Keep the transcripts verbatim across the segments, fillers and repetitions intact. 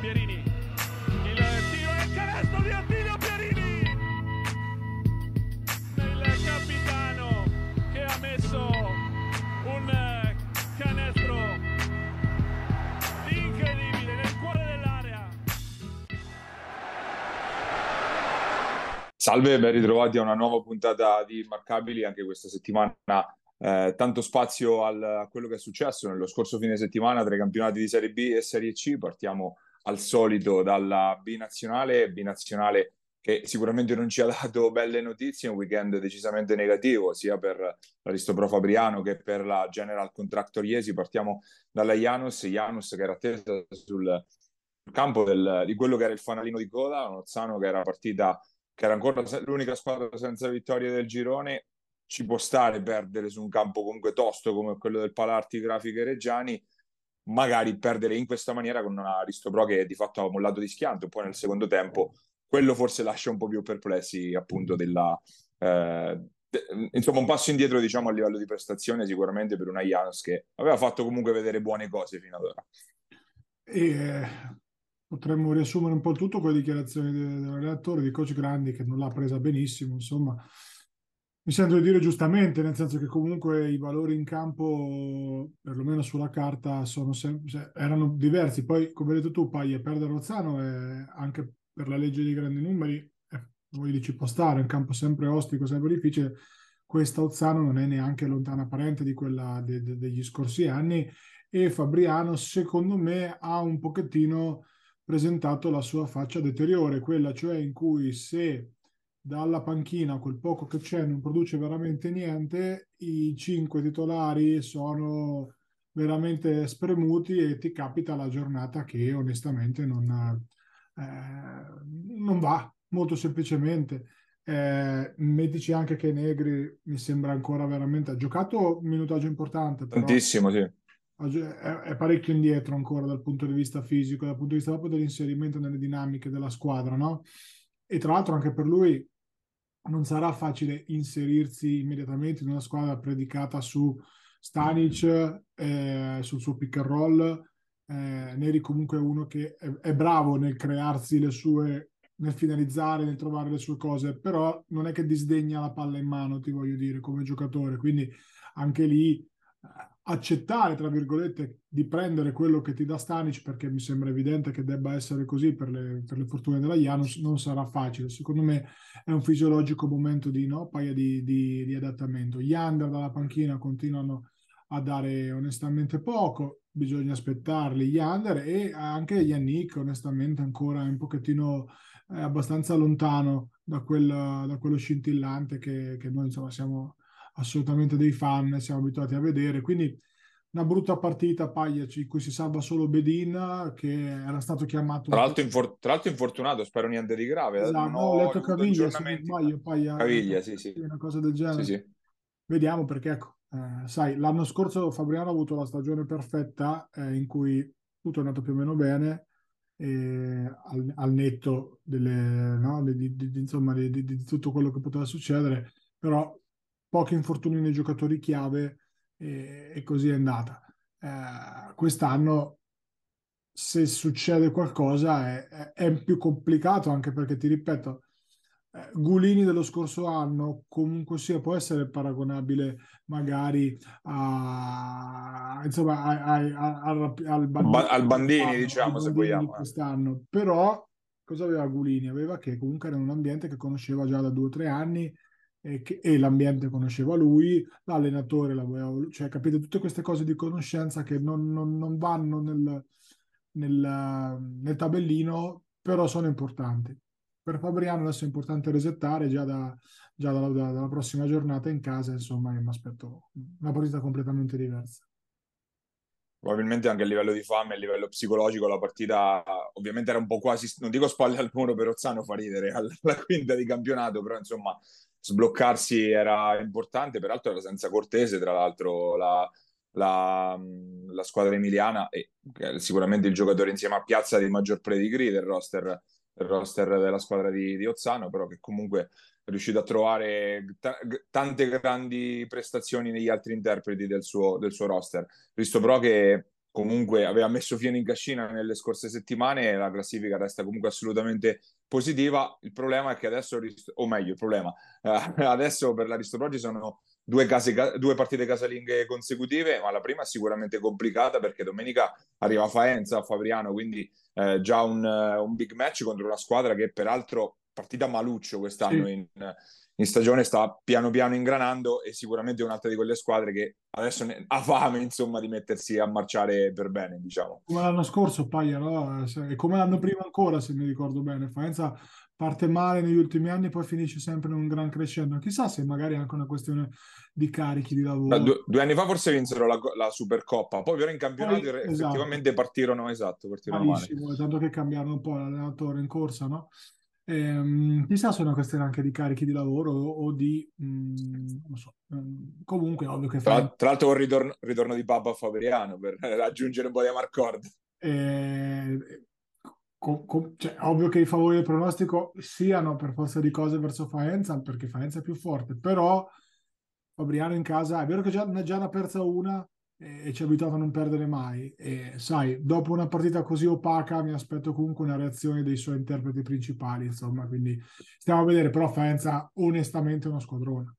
Pierini, il tiro e il canestro di Attilio Pierini, il capitano che ha messo un canestro incredibile nel cuore dell'area. Salve, ben ritrovati a una nuova puntata di Immarcabili. Anche questa settimana eh, tanto spazio al, a quello che è successo nello scorso fine settimana tra i campionati di Serie B e Serie C. Partiamo al solito dalla binazionale, binazionale che sicuramente non ci ha dato belle notizie, un weekend decisamente negativo sia per l'Aristopro Fabriano che per la General Contractor Iesi. Partiamo dalla Janus, Janus che era attesa sul campo del, di quello che era il fanalino di coda, un Ozzano che era partita, che era ancora l'unica squadra senza vittorie del girone. Ci può stare perdere su un campo comunque tosto come quello del Palarti Grafiche Reggiani, magari perdere in questa maniera con una Aristopro che di fatto ha mollato di schianto. Poi nel secondo tempo quello forse lascia un po' più perplessi, appunto della eh, de- insomma un passo indietro, diciamo, a livello di prestazione sicuramente per una Janus che aveva fatto comunque vedere buone cose fino ad ora. E eh, potremmo riassumere un po' il tutto con le dichiarazioni de- dell'allenatore, di coach Grandi, che non l'ha presa benissimo. Insomma, mi sento di dire giustamente, nel senso che comunque i valori in campo, perlomeno sulla carta, sono sem- cioè, erano diversi. Poi, come hai detto tu, Paglia, perdere Rozzano è anche per la legge dei grandi numeri, eh, voi dici può stare, è un campo sempre ostico, sempre difficile. Questa Ozzano non è neanche lontana parente di quella de- de- degli scorsi anni, e Fabriano, secondo me, ha un pochettino presentato la sua faccia deteriore, quella cioè in cui se dalla panchina quel poco che c'è non produce veramente niente, i cinque titolari sono veramente spremuti e ti capita la giornata che onestamente non, eh, non va, molto semplicemente. Eh, mettici anche che Negri mi sembra ancora veramente, ha giocato un minutaggio importante, però Tantissimo, sì. è, è parecchio indietro ancora dal punto di vista fisico, dal punto di vista proprio dell'inserimento nelle dinamiche della squadra, no? E tra l'altro anche per lui non sarà facile inserirsi immediatamente in una squadra predicata su Stanic, eh, sul suo pick and roll. Eh, Neri comunque è uno che è, è bravo nel crearsi le sue, nel finalizzare, nel trovare le sue cose, però non è che disdegna la palla in mano, ti voglio dire, come giocatore. Quindi anche lì eh, accettare, tra virgolette, di prendere quello che ti dà Stanic, perché mi sembra evidente che debba essere così per le, per le fortune della Janus, non sarà facile. Secondo me è un fisiologico momento di, no, paia di, di, di adattamento. Gli under dalla panchina continuano a dare onestamente poco, bisogna aspettarli gli under, e anche Yannick onestamente ancora è un pochettino eh, abbastanza lontano da, quel, da quello scintillante che, che noi insomma siamo assolutamente dei fan, siamo abituati a vedere. Quindi una brutta partita, Pagliac, in cui si salva solo Bedin, che era stato chiamato Tra un po'. l'altro, infor- tra l'altro infortunato, spero niente di grave. Esatto, Non no, ho ho letto avuto Caviglia, se non aggiornamenti. sbaglio, poi ha letto Caviglia, sì, sì, una cosa del sì, genere. sì. Vediamo perché, ecco, eh, sai, l'anno scorso Fabriano ha avuto la stagione perfetta eh, in cui tutto è andato più o meno bene, e al, al netto delle, no, di, di- di- insomma, di, di- di tutto quello che poteva succedere, però pochi infortuni nei giocatori chiave, e, e così è andata. Eh, quest'anno se succede qualcosa è, è- è più complicato, anche perché, ti ripeto, eh, Gulini dello scorso anno comunque sia può essere paragonabile magari a, insomma, a- a- a- al, al Ba- Bandini al di Bandini, quest'anno, al diciamo, se Bandini di vogliamo. eh. quest'anno. Però cosa aveva Gulini? Aveva che comunque era in un ambiente che conosceva già da due o tre anni, e, che- e l'ambiente conosceva lui, l'allenatore l'aveva, cioè capite, tutte queste cose di conoscenza che non, non- non vanno nel, nel- nel tabellino, però sono importanti. Per Fabriano adesso è importante resettare già, da, già dalla, da- dalla prossima giornata in casa, insomma, io mi aspetto una partita completamente diversa. Probabilmente anche a livello di fame, a livello psicologico, la partita ovviamente era un po' quasi, non dico spalle al muro per Ozzano, fa ridere, alla alla quinta di campionato, però insomma sbloccarsi era importante. Peraltro era senza Cortese, tra l'altro la, la, la squadra emiliana, e che è sicuramente il giocatore insieme a Piazza di maggior pedigree del roster, del roster della squadra di, di Ozzano, però che comunque è riuscito a trovare ta- tante grandi prestazioni negli altri interpreti del suo, del suo roster. Visto però che comunque aveva messo fieno in cascina nelle scorse settimane e la classifica resta comunque assolutamente positiva. Il problema è che adesso, o meglio, il problema, eh, adesso per l'Aristo ci sono due, case, due partite casalinghe consecutive, ma la prima è sicuramente complicata perché domenica arriva Faenza a Fabriano, quindi eh, già un, un big match contro una squadra che peraltro partita maluccio quest'anno Sì. in, in stagione, sta piano piano ingranando e sicuramente è un'altra di quelle squadre che adesso ne, ha fame insomma di mettersi a marciare per bene, diciamo. Come l'anno scorso, Paglia, no? Se- E come l'anno prima ancora, se mi ricordo bene. Faenza parte male negli ultimi anni, poi finisce sempre in un gran crescendo. Chissà se magari è anche una questione di carichi di Da lavoro. due, due anni fa forse vinsero la, la Supercoppa, poi però in campionato Poi, esatto, effettivamente partirono, esatto, partirono male. malissimo, tanto che cambiarono un po' l'allenatore in corsa, no? Ehm, chissà se è una questione anche di carichi di lavoro o, o di, mh, non so, ehm, comunque ovvio che fai. Tra, tra l'altro un ritorno, ritorno di Papa a Fabriano per raggiungere un po' di amarcord. Eh, co- co- cioè, ovvio che i favori del pronostico siano per forza di cose verso Faenza, perché Faenza è più forte, però Fabriano in casa è vero che già, ne ha già ne ha persa una e, e ci ha abituato a non perdere mai. E sai, dopo una partita così opaca mi aspetto comunque una reazione dei suoi interpreti principali, insomma, quindi stiamo a vedere, però Faenza onestamente è uno squadrone.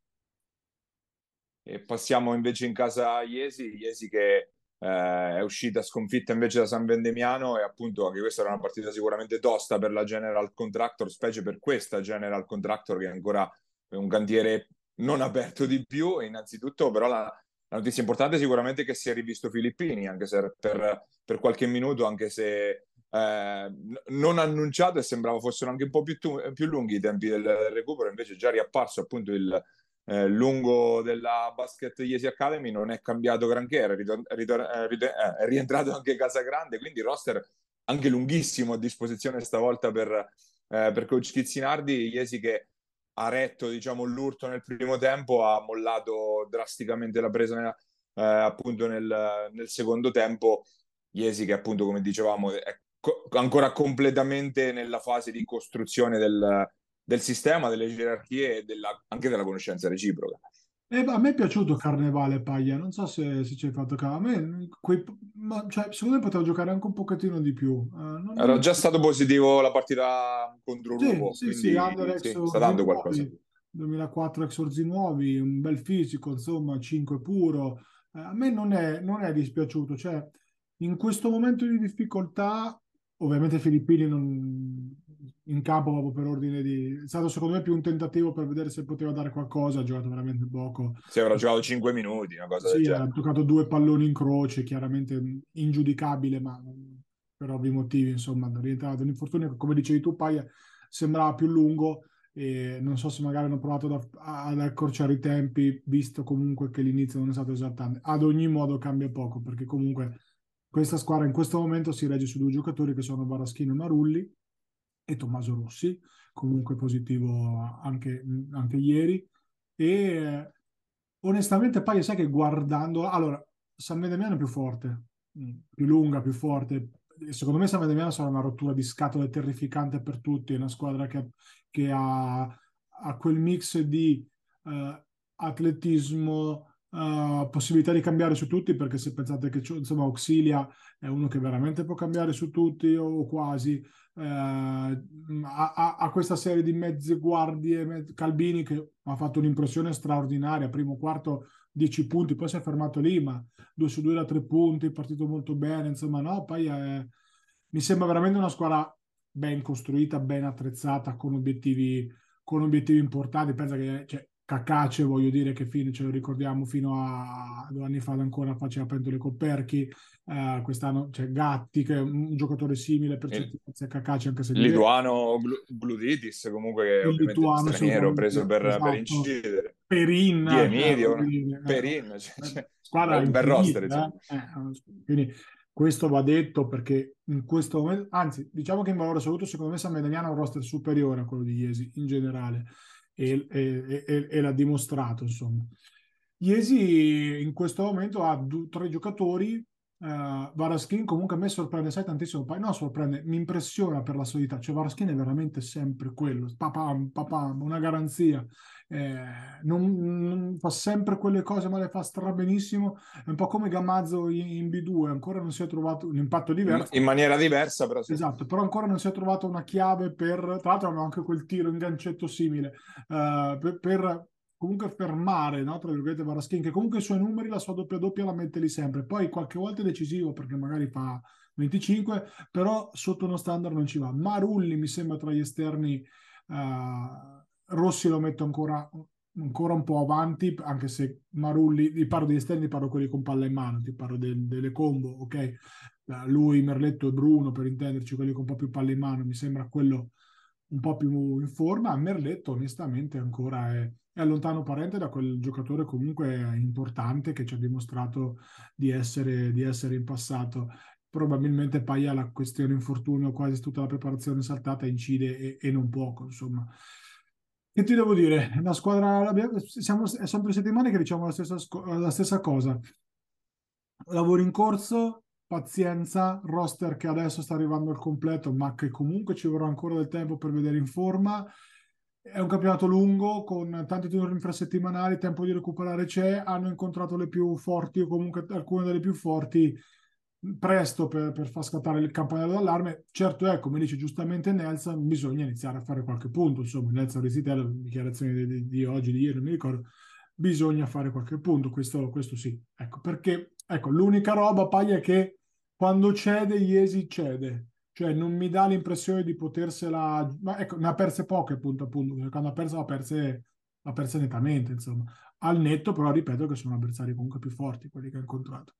E passiamo invece in casa a Iesi, Iesi che eh, è uscita sconfitta invece da San Vendemiano e appunto anche questa era una partita sicuramente tosta per la General Contractor, specie per questa General Contractor che è ancora un cantiere non aperto di più. E innanzitutto però la, la notizia importante è sicuramente che si è rivisto Filippini, anche se per, per qualche minuto, anche se eh, non annunciato e sembrava fossero anche un po' più, tu, più lunghi i tempi del recupero, invece già riapparso appunto il eh, lungo della Basket Iesi Academy, non è cambiato granché, era ritor- ritor- eh, ritor- eh, è rientrato anche Casagrande, quindi roster anche lunghissimo a disposizione stavolta per, eh, per coach Chizzinardi. Iesi che ha retto diciamo l'urto nel primo tempo, ha mollato drasticamente la presa nella, eh, appunto nel, nel secondo tempo. Iesi che appunto come dicevamo è co- ancora completamente nella fase di costruzione del, del sistema, delle gerarchie e della, anche della conoscenza reciproca. E a me è piaciuto Carnevale Paglia, non so se, se ci hai fatto caso, a me quei- ma, cioè, secondo me poteva giocare anche un pochettino di più. Eh, non, non Era mi- già stato positivo la partita contro Sì, Lupo, sì, sì, Under quindi ex sì, sta Orzi dando qualcosa. nuovi, duemilaquattro ex Orzi nuovi, un bel fisico, insomma, cinque puro. Eh, a me non è, non è dispiaciuto, cioè in questo momento di difficoltà, ovviamente i Filippini non, in campo proprio per ordine di... È stato secondo me più un tentativo per vedere se poteva dare qualcosa, ha giocato veramente poco. Si avrà giocato cinque minuti, una cosa del Sì, ha genere. toccato due palloni in croce, chiaramente ingiudicabile, ma per ovvi motivi, insomma, è rientrato un infortunio che, come dicevi tu, Paia, sembrava più lungo e non so se magari hanno provato ad, ad accorciare i tempi, visto comunque che l'inizio non è stato esaltante. Ad ogni modo cambia poco, perché comunque questa squadra in questo momento si regge su due giocatori che sono Baraschino e Marulli e Tommaso Rossi, comunque positivo anche, anche ieri. E eh, onestamente, poi sai che guardando, allora, San Mediamiano è più forte, mm, più lunga, più forte. Secondo me San Mediamiano sarà una rottura di scatole terrificante per tutti, è una squadra che, che ha, ha quel mix di eh, atletismo, eh, possibilità di cambiare su tutti, perché se pensate che c'è, insomma Auxilia è uno che veramente può cambiare su tutti o quasi, eh, ha, ha- ha questa serie di mezze guardie, mezze- Calbini che ha fatto un'impressione straordinaria, primo quarto dieci punti, poi si è fermato lì, ma due su due da tre punti, partito molto bene, insomma no, poi è- mi sembra veramente una squadra ben costruita, ben attrezzata, con obiettivi, con obiettivi importanti, pensa che cioè, Cacace, voglio dire che fino, ce lo ricordiamo fino a due anni fa ancora faceva pentole con Perchi, eh, quest'anno c'è Gatti che è un giocatore simile per Il certi versi a Cacace anche se diverso, lituano Blu- Bludidis, comunque che è il ovviamente lituano straniero, preso assolutamente, per, per esatto, incidere. Perin, Di cioè, voglio Emidio, dire, Perin, cioè, eh, cioè, squadra bel, bel roster, insomma. infinita, eh. Eh, quindi questo va detto perché in questo momento, anzi, diciamo che in valore assoluto secondo me San Medianiano ha un roster superiore a quello di Iesi in generale e, e- e- e l'ha dimostrato, insomma. Iesi in questo momento ha due, tre giocatori Uh, Varaskin comunque a me sorprende, sai, tantissimo, poi no, sorprende, mi impressiona per la solidità, cioè Varaskin è veramente sempre quello, papam, papam, una garanzia, eh, non, non- fa sempre quelle cose ma le fa strabenissimo, è un po' come Gamazzo in, in B due, ancora non si è trovato un impatto In, diverso, in maniera diversa, però sì. esatto, però ancora non si è trovato una chiave per, tra l'altro hanno anche quel tiro in gancetto simile, eh, per, per comunque fermare, no, tra virgolette, Varaskin, che comunque i suoi numeri, la sua doppia doppia la mette lì sempre, poi qualche volta è decisivo perché magari fa venticinque, però sotto uno standard non ci va. Marulli mi sembra tra gli esterni, eh, Rossi lo metto ancora, ancora un po' avanti, anche se Marulli, ti parlo degli esterni, ti parlo quelli con palla in mano, ti parlo del- delle combo, ok? Lui, Merletto e Bruno, per intenderci, quelli con un po' più palle in mano, mi sembra quello un po' più in forma. Merletto, onestamente, ancora è, è lontano parente da quel giocatore comunque importante che ci ha dimostrato di essere, di essere in passato. Probabilmente Paia la questione infortunio, quasi tutta la preparazione saltata incide e, e non poco, insomma. Che ti devo dire? La squadra, l'abbiamo- siamo, sono due settimane che diciamo la stessa, sco- la stessa cosa. Lavoro in corso, pazienza, roster che adesso sta arrivando al completo, ma che comunque ci vorrà ancora del tempo per vedere in forma. È un campionato lungo con tanti turni infrasettimanali, tempo di recuperare c'è, hanno incontrato le più forti o comunque alcune delle più forti presto per, per far scattare il campanello d'allarme. Certo è, come dice giustamente Nelson, bisogna iniziare a fare qualche punto. Insomma, Nelson Resitello, dichiarazioni di, di, di oggi, di ieri, non mi ricordo, bisogna fare qualche punto, questo, questo sì. Ecco, perché ecco, l'unica roba, Paglia, è che quando cede, Iesi cede. Cioè non mi dà l'impressione di potersela... Ma ecco, ne ha perse poche, appunto, appunto. Perché quando ha perso, l'ha perse, l'ha perse nettamente, insomma. Al netto, però, ripeto che sono avversari comunque più forti, quelli che ha incontrato.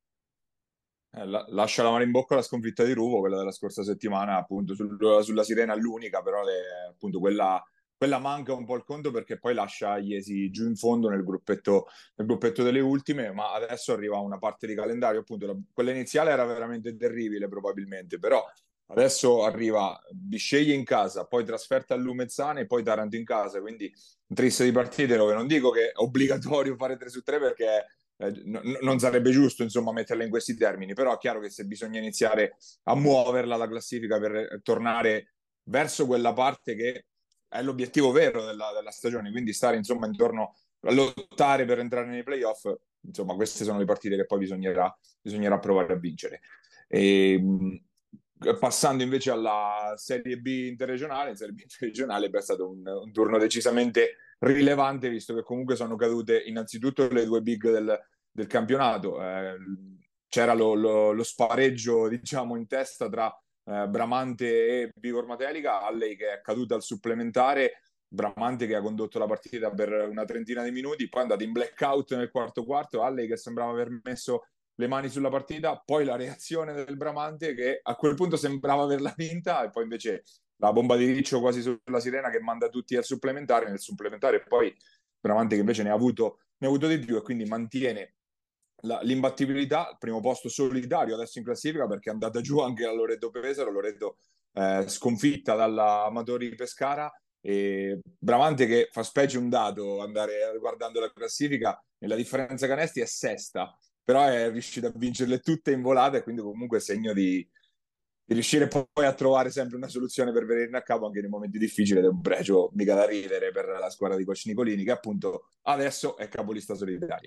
Eh, la- lascia la mano in bocca la sconfitta di Ruvo, quella della scorsa settimana, appunto sul- sulla Sirena, l'unica, però le- appunto quella, quella manca un po' il conto perché poi lascia Iesi giù in fondo nel gruppetto, nel gruppetto delle ultime, ma adesso arriva una parte di calendario, appunto la- quella iniziale era veramente terribile probabilmente, però adesso arriva Bisceglie in casa, poi trasferta a Lumezzane e poi Taranto in casa, quindi un triste di partite dove non dico che è obbligatorio fare tre su tre perché eh, n- non sarebbe giusto insomma metterla in questi termini, però è chiaro che se bisogna iniziare a muoverla la classifica per tornare verso quella parte che è l'obiettivo vero della, della stagione, quindi stare insomma intorno a lottare per entrare nei playoff, insomma queste sono le partite che poi bisognerà, bisognerà provare a vincere. E, mh, passando invece alla Serie B interregionale, in Serie B interregionale è stato un, un turno decisamente rilevante, visto che comunque sono cadute innanzitutto le due big del, del campionato. Eh, c'era lo, lo, lo spareggio, diciamo, in testa tra eh, Bramante e Bigor Matelica, Alley che è caduta al supplementare, Bramante che ha condotto la partita per una trentina di minuti, poi è andato in blackout nel quarto quarto, Alley che sembrava aver messo le mani sulla partita, poi la reazione del Bramante che a quel punto sembrava averla vinta e poi invece la bomba di Riccio quasi sulla Sirena che manda tutti al supplementare, nel supplementare poi Bramante che invece ne ha avuto, ne ha avuto di più e quindi mantiene la, l'imbattibilità, primo posto solitario adesso in classifica perché è andata giù anche la Loreto Pesaro, Loreto eh, sconfitta dalla Amatori Pescara e Bramante che fa specie un dato andare guardando la classifica e la differenza canestri è sesta, però è riuscito a vincerle tutte in volata e quindi comunque segno di, di riuscire poi a trovare sempre una soluzione per venire a capo anche nei momenti difficili ed è un pregio mica da ridere per la squadra di Coach Nicolini che appunto adesso è capolista solitaria.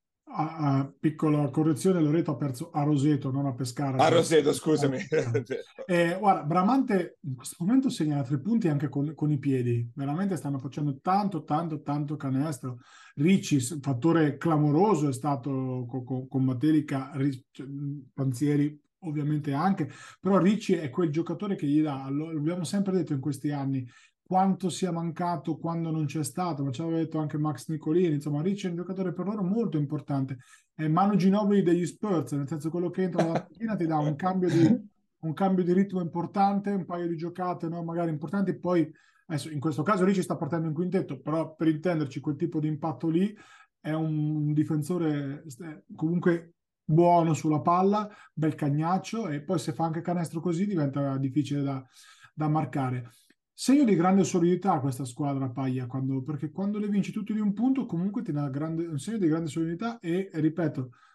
A, a piccola correzione, Loreto ha perso a Roseto, non a Pescara. A Cioè, Roseto, scusami. eh, guarda, Bramante in questo momento segna tre punti anche con, con i piedi. Veramente stanno facendo tanto, tanto, tanto canestro. Ricci, fattore clamoroso è stato con, con, con Matelica, Ri- cioè, Panzieri ovviamente anche, però Ricci è quel giocatore che gli dà, lo abbiamo sempre detto in questi anni, quanto sia mancato quando non c'è stato, ma ci aveva detto anche Max Nicolini, insomma Ricci è un giocatore per loro molto importante, è Manu Ginobili degli Spurs, nel senso quello che entra dalla panchina ti dà un cambio di, un cambio di ritmo importante, un paio di giocate no, magari importanti, poi adesso in questo caso Ricci sta portando in quintetto, però per intenderci quel tipo di impatto lì è un difensore eh, comunque buono sulla palla, bel cagnaccio e poi se fa anche canestro così diventa difficile da, da marcare. Segno di grande solidità questa squadra, Paglia, quando, perché quando le vinci tutti di un punto comunque ti dà grande, un segno di grande solidità e, e ripeto,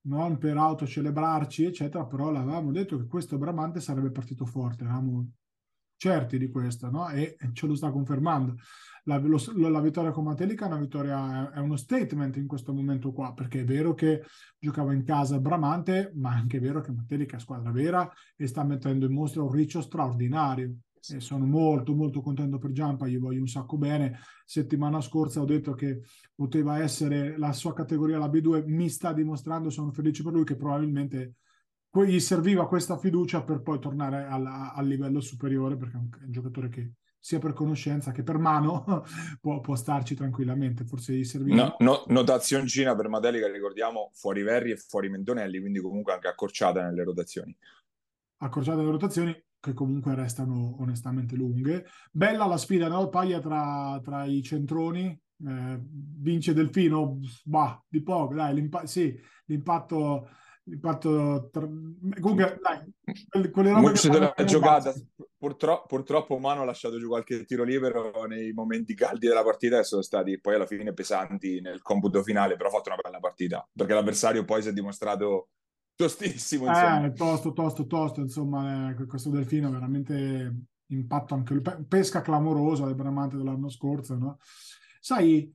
non per autocelebrarci, eccetera, però l'avevamo detto che questo Bramante sarebbe partito forte, eravamo certi di questo, no? E ce lo sta confermando. La, lo, la vittoria con Matelica è una vittoria, è uno statement in questo momento qua, perché è vero che giocava in casa Bramante, ma è anche vero che Matelica è squadra vera e sta mettendo in mostra un riccio straordinario. E sono molto molto contento per Giampa, gli voglio un sacco bene. Settimana scorsa ho detto che poteva essere la sua categoria, la B due, mi sta dimostrando, sono felice per lui, che probabilmente gli serviva questa fiducia per poi tornare al, al livello superiore, perché è un, è un giocatore che sia per conoscenza che per mano può, può starci tranquillamente, forse gli serviva. No, no, notazioncina per Matelica, ricordiamo, fuori Verri e fuori Mentonelli, quindi comunque anche accorciata nelle rotazioni. Accorciate le rotazioni, che comunque restano onestamente lunghe. Bella la sfida, no? Paglia tra, tra i centroni, eh, vince Delfino, bah, di poco, dai, l'impa- sì, l'impatto, l'impatto tra... comunque, dai, quelle robe che Mucci se fanno l'ha nel giocata, basket. purtroppo, purtroppo Mano ha lasciato giù qualche tiro libero nei momenti caldi della partita e sono stati poi alla fine pesanti nel computo finale, però ha fatto una bella partita, perché l'avversario poi si è dimostrato tostissimo, insomma. Eh, tosto, tosto, tosto, insomma, eh, questo Delfino veramente impatto anche lui. Pe- pesca clamorosa del Bramante dell'anno scorso, no? Sai,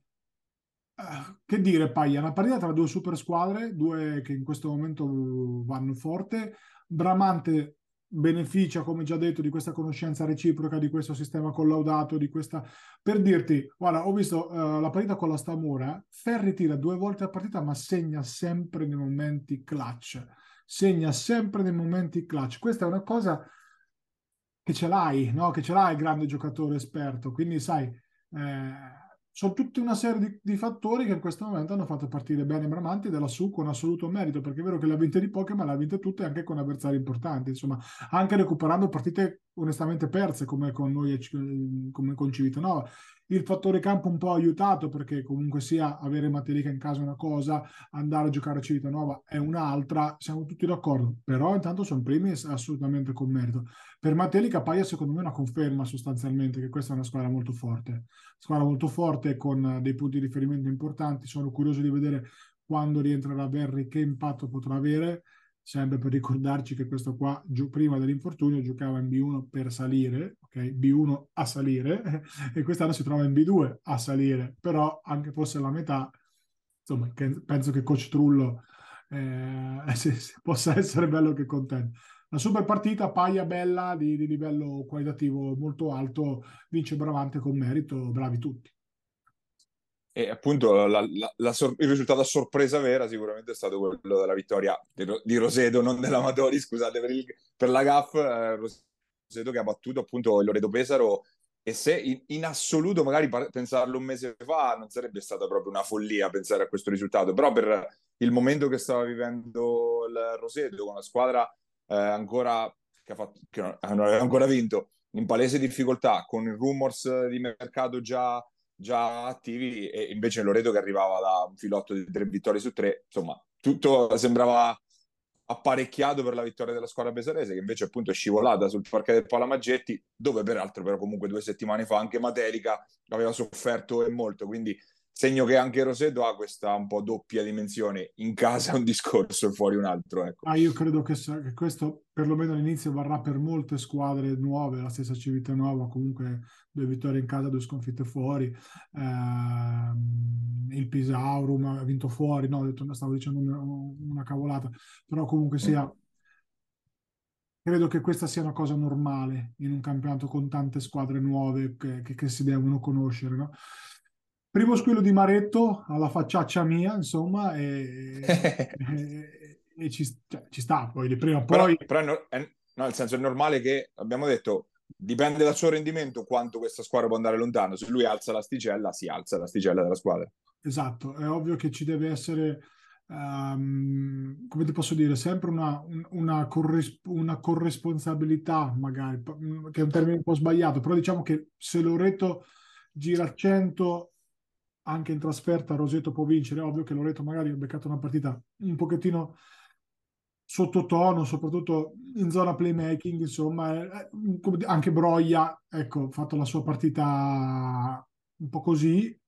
eh, che dire, Paglia, una partita tra due super squadre, due che in questo momento vanno forte. Bramante beneficia, come già detto, di questa conoscenza reciproca, di questo sistema collaudato, di questa... Per dirti, guarda, ho visto eh, la partita con la Stamura, Ferri tira due volte a partita, ma segna sempre nei momenti clutch. Segna sempre nei momenti clutch. Questa è una cosa che ce l'hai, no? Che ce l'hai, grande giocatore esperto. Quindi, sai, eh, sono tutta una serie di, di fattori che in questo momento hanno fatto partire bene Bramanti della su con assoluto merito, perché è vero che le ha vinte di poche, ma le ha vinte tutte anche con avversari importanti, insomma, anche recuperando partite onestamente perse come con noi, e come con Civitanova. Il fattore campo un po' aiutato, perché comunque sia avere Materica in casa è una cosa, andare a giocare a Civitanova è un'altra, siamo tutti d'accordo, però intanto sono primi e assolutamente con merito. Per Matelica Paia secondo me è una conferma sostanzialmente che questa è una squadra molto forte, squadra molto forte con dei punti di riferimento importanti. Sono curioso di vedere quando rientrerà Verri che impatto potrà avere, sempre per ricordarci che questo qua prima dell'infortunio giocava in B uno per salire, ok? B uno a salire e quest'anno si trova in B due a salire, però anche fosse la metà, insomma, che penso che coach Trullo eh, se, se possa essere bello che contento. Una super partita, Paia bella, di, di livello qualitativo molto alto, vince Bravante con merito, bravi tutti. E appunto la, la, la sor- il risultato a sorpresa vera sicuramente è stato quello della vittoria di, di Rosedo, non dell'Amatori, scusate per, il, per la gaff, eh, Rosedo che ha battuto appunto il Loreto Pesaro e se in, in assoluto magari par- pensarlo un mese fa non sarebbe stata proprio una follia pensare a questo risultato, però per il momento che stava vivendo il Rosedo con la squadra eh, ancora che, ha fatto, che non aveva ancora vinto, in palese difficoltà, con i rumors di mercato già già attivi e invece Loreto che arrivava da un filotto di tre vittorie su tre, insomma, tutto sembrava apparecchiato per la vittoria della squadra pesarese che invece appunto è scivolata sul parquet del Palamaggetti dove peraltro però comunque due settimane fa anche Matelica aveva sofferto e molto, quindi segno che anche Roseto ha questa un po' doppia dimensione, in casa è un discorso e fuori un altro, ecco. Ah, io credo che, che questo perlomeno all'inizio varrà per molte squadre nuove, la stessa Civitanova, comunque due vittorie in casa, due sconfitte fuori. Ehm, il Pisaurum ha vinto fuori, no, ho detto, stavo dicendo una, una cavolata, però comunque sia, credo che questa sia una cosa normale in un campionato con tante squadre nuove che, che, che si devono conoscere, no? Primo squillo di Maretto alla facciaccia mia, insomma, e, e, e ci, cioè, ci sta, poi di prima o Però, poi. però è, no- è, no, nel senso è normale che, abbiamo detto, dipende dal suo rendimento quanto questa squadra può andare lontano. Se lui alza l'asticella, si alza l'asticella della squadra. Esatto, è ovvio che ci deve essere, ehm, come ti posso dire, sempre una, un- una, corris- una corresponsabilità, magari, p- che è un termine un po' sbagliato, però diciamo che se Loreto gira a cento anche in trasferta, Roseto può vincere. È ovvio che Loreto magari ha beccato una partita un pochettino sottotono, soprattutto in zona playmaking, insomma, eh, come di- anche Broia, ecco, ha fatto la sua partita un po' così,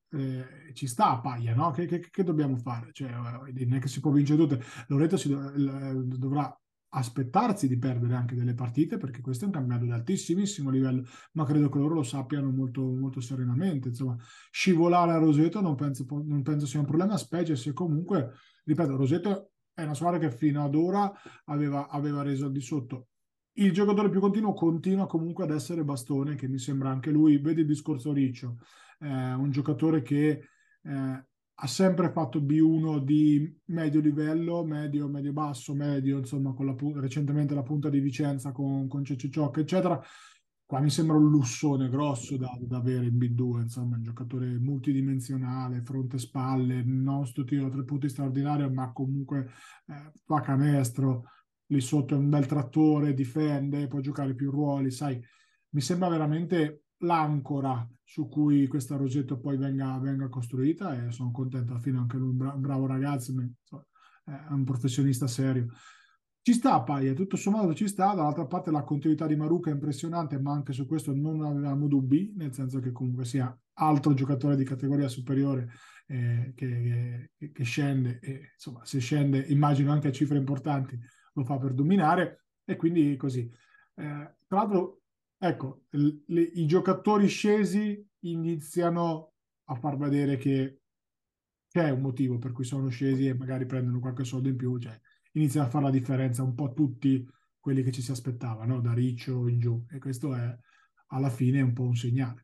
eh, ci sta a Paglia, no? Che, che, che dobbiamo fare? Cioè, eh, non è che si può vincere tutte. Loreto si do- l- dovrà aspettarsi di perdere anche delle partite, perché questo è un campionato di altissimissimo livello, ma credo che loro lo sappiano molto, molto serenamente. Insomma, scivolare a Roseto non penso, non penso sia un problema, specie se comunque, ripeto, Roseto è una squadra che fino ad ora aveva, aveva reso al di sotto. Il giocatore più continuo continua comunque ad essere Bastone, che mi sembra anche lui, vedi il discorso Riccio, eh, un giocatore che eh, ha sempre fatto B uno di medio livello, medio, medio-basso, medio, insomma, con la, recentemente la punta di Vicenza con, con Cecicioc, eccetera. Qua mi sembra un lussone grosso da, da avere in B due, insomma, un giocatore multidimensionale, fronte-spalle, non sto tiro a tre punti straordinario, ma comunque eh, fa canestro, lì sotto è un bel trattore, difende, può giocare più ruoli, sai, mi sembra veramente l'ancora su cui questa Rosetto poi venga, venga costruita e sono contento, alla fine anche lui un, bra- un bravo ragazzo, ma, insomma, è un professionista serio. Ci sta Paia, tutto sommato ci sta, dall'altra parte la continuità di Maruca è impressionante, ma anche su questo non avevamo dubbi, nel senso che comunque sia altro giocatore di categoria superiore eh, che, che, che scende, e insomma se scende immagino anche a cifre importanti lo fa per dominare e quindi così. Eh, tra l'altro, ecco, l- le- i giocatori scesi iniziano a far vedere che c'è un motivo per cui sono scesi e magari prendono qualche soldo in più, cioè iniziano a fare la differenza un po' tutti quelli che ci si aspettava, no? Da Riccio in giù, e questo è alla fine un po' un segnale.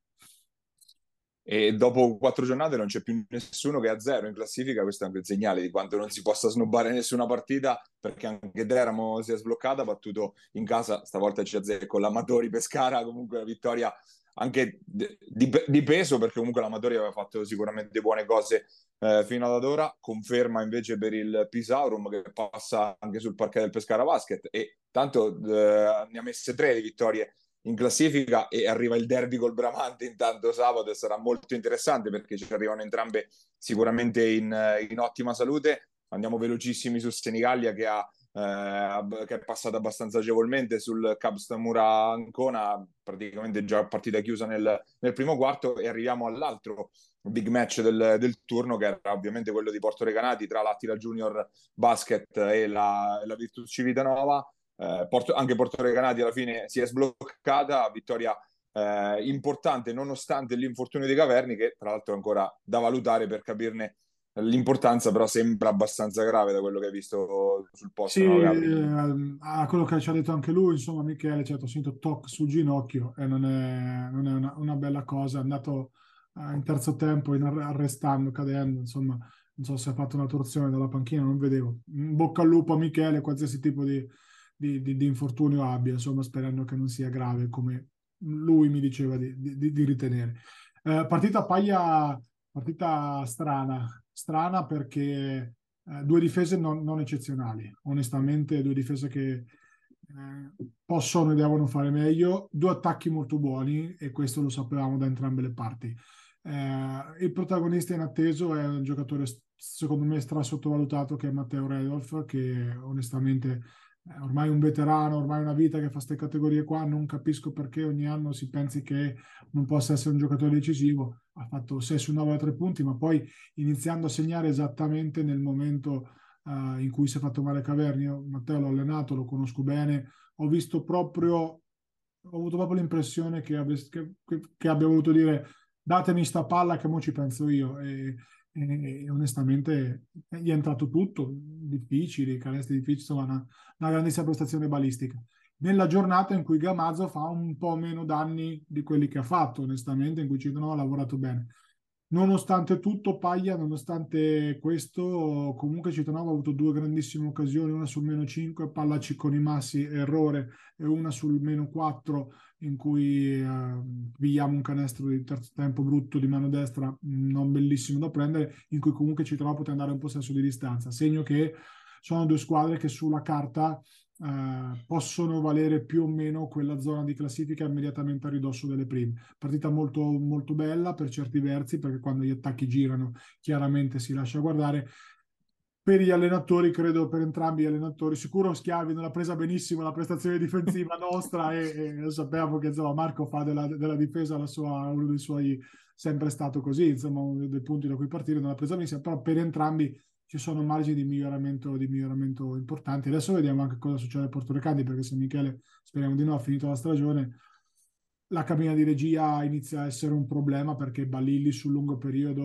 E dopo quattro giornate non c'è più nessuno che è a zero in classifica. Questo è anche il segnale di quanto non si possa snobbare nessuna partita, perché anche Teramo si è sbloccata, ha battuto in casa, stavolta ci azzecco l'Amatori Pescara, comunque una vittoria anche di, di, di peso, perché comunque l'Amatori aveva fatto sicuramente buone cose eh, fino ad ora. Conferma invece per il Pisaurum, che passa anche sul parquet del Pescara Basket, e tanto eh, ne ha messe tre di vittorie in classifica, e arriva il derby col Bramante intanto sabato e sarà molto interessante perché ci arrivano entrambe sicuramente in, in ottima salute. Andiamo velocissimi su Senigallia che, ha, eh, che è passata abbastanza agevolmente sul Cubs Tamura Ancona, praticamente già partita chiusa nel, nel primo quarto, e arriviamo all'altro big match del, del turno, che era ovviamente quello di Porto Recanati tra l'Attila Junior Basket e la, e la Virtus Civitanova. Eh, Porto, anche Porto Recanati alla fine si è sbloccata, vittoria eh, importante nonostante l'infortunio di Caverni, che tra l'altro è ancora da valutare per capirne l'importanza, però sembra abbastanza grave da quello che hai visto sul posto, Sì, no, Gabri? eh, a quello che ci ha detto anche lui, insomma, Michele, certo, ho sentito toc sul ginocchio e non è, non è una, una bella cosa. È andato eh, in terzo tempo in arre- arrestando, cadendo, insomma, non so se ha fatto una torsione dalla panchina, non vedevo. In bocca al lupo a Michele, qualsiasi tipo di, di, di- di infortunio abbia, insomma, sperando che non sia grave come lui mi diceva di, di- di ritenere. Eh, partita Paglia, partita strana, strana perché eh, due difese non, non eccezionali, onestamente, due difese che eh, possono e devono fare meglio, due attacchi molto buoni e questo lo sapevamo da entrambe le parti. Eh, il protagonista inatteso è un giocatore secondo me stra sottovalutato che è Matteo Redolf, che onestamente è ormai un veterano, ormai una vita che fa queste categorie qua, non capisco perché ogni anno si pensi che non possa essere un giocatore decisivo. Ha fatto sei su nove a tre punti, ma poi iniziando a segnare esattamente nel momento uh, in cui si è fatto male Caverni. Io Matteo l'ho allenato, lo conosco bene, ho visto proprio, ho avuto proprio l'impressione che, abbia, che, che, che abbia voluto dire datemi sta palla che mo ci penso io. E, e, e onestamente gli è entrato tutto, difficili, canestri difficili, insomma una, una grandissima prestazione balistica. Nella giornata in cui Gamazzo fa un po' meno danni di quelli che ha fatto, onestamente, in cui Cittadino ha lavorato bene. Nonostante tutto, Paglia, nonostante questo, comunque Cittadino ha avuto due grandissime occasioni, una sul meno cinque, palla con i massi, errore, e una sul meno quattro, in cui eh, pigliamo un canestro di terzo tempo brutto di mano destra, non bellissimo da prendere, in cui comunque Cittadino poteva andare un possesso di distanza, segno che sono due squadre che sulla carta eh, possono valere più o meno quella zona di classifica immediatamente a ridosso delle prime. Partita molto, molto bella per certi versi, perché quando gli attacchi girano chiaramente si lascia guardare. per gli allenatori, credo per entrambi gli allenatori, sicuro Schiavi non ha presa benissimo la prestazione difensiva nostra e, e sappiamo che insomma, Marco fa della, della difesa la sua, uno dei suoi, sempre stato così, insomma uno dei punti da cui partire, non l'ha presa benissimo, però per entrambi ci sono margini di miglioramento, di miglioramento importanti. Adesso vediamo anche cosa succede ai portorecani, perché se Michele, speriamo di no, ha finito la stagione, la cabina di regia inizia a essere un problema, perché Balilli sul lungo periodo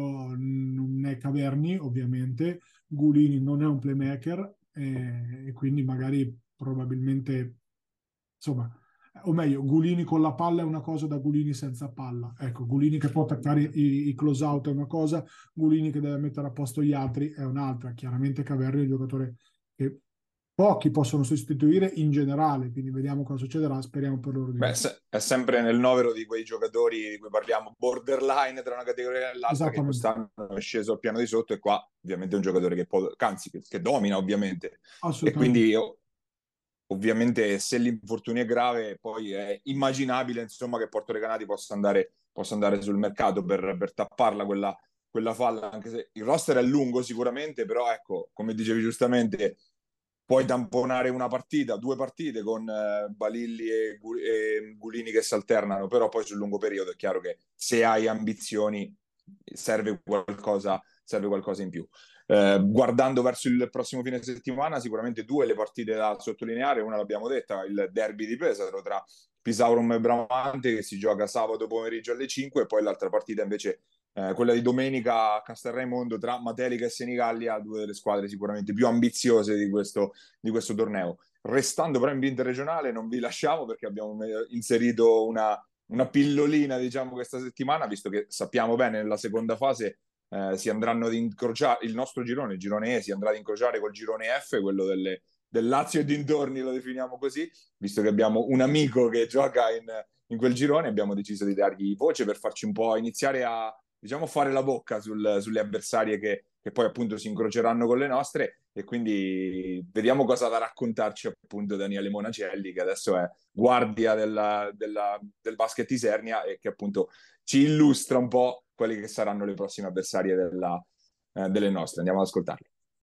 non è Caverni, ovviamente, Gulini non è un playmaker e, e quindi magari probabilmente, insomma, o meglio, Gulini con la palla è una cosa da Gulini senza palla. Ecco, Gulini che può attaccare i, i close out è una cosa, Gulini che deve mettere a posto gli altri è un'altra. Chiaramente Caverni è un giocatore che pochi possono sostituire in generale, quindi vediamo cosa succederà, speriamo per loro di Beh, no. se- è sempre nel novero di quei giocatori di cui parliamo, borderline tra una categoria e l'altra, che Esattamente, quest'anno è sceso al piano di sotto, e qua ovviamente è un giocatore che può, anzi, che, che domina ovviamente. E assolutamente. quindi io, ovviamente se l'infortunio è grave, poi è immaginabile insomma che Porto Recanati possa andare, possa andare sul mercato per, per tapparla quella, quella falla, anche se il roster è lungo sicuramente, però ecco, come dicevi giustamente, puoi tamponare una partita, due partite con eh, Balilli e, Gu- e Gulini che si alternano, però poi sul lungo periodo è chiaro che se hai ambizioni serve qualcosa, serve qualcosa in più. Eh, guardando verso il prossimo fine settimana, sicuramente due le partite da sottolineare, una l'abbiamo detta, il derby di Pesaro tra Pisaurum e Bramante, che si gioca sabato pomeriggio alle cinque, e poi l'altra partita invece, eh, quella di domenica a Castelraimondo tra Matelica e Senigallia, due delle squadre sicuramente più ambiziose di questo, di questo torneo. Restando però in via interregionale, non vi lasciamo perché abbiamo inserito una, una pillolina, diciamo, questa settimana, visto che sappiamo bene nella seconda fase eh, si andranno ad incrociare il nostro girone, il girone E, si andrà ad incrociare col girone F, quello delle, del Lazio e dintorni, lo definiamo così, visto che abbiamo un amico che gioca in, in quel girone, abbiamo deciso di dargli voce per farci un po' iniziare a, diciamo, fare la bocca sul, sulle avversarie che, che poi appunto si incroceranno con le nostre, e quindi vediamo cosa da raccontarci appunto Daniele Monacelli, che adesso è guardia della, della, del basket Isernia e che appunto ci illustra un po' quelle che saranno le prossime avversarie della, eh, delle nostre. Andiamo ad ascoltarle.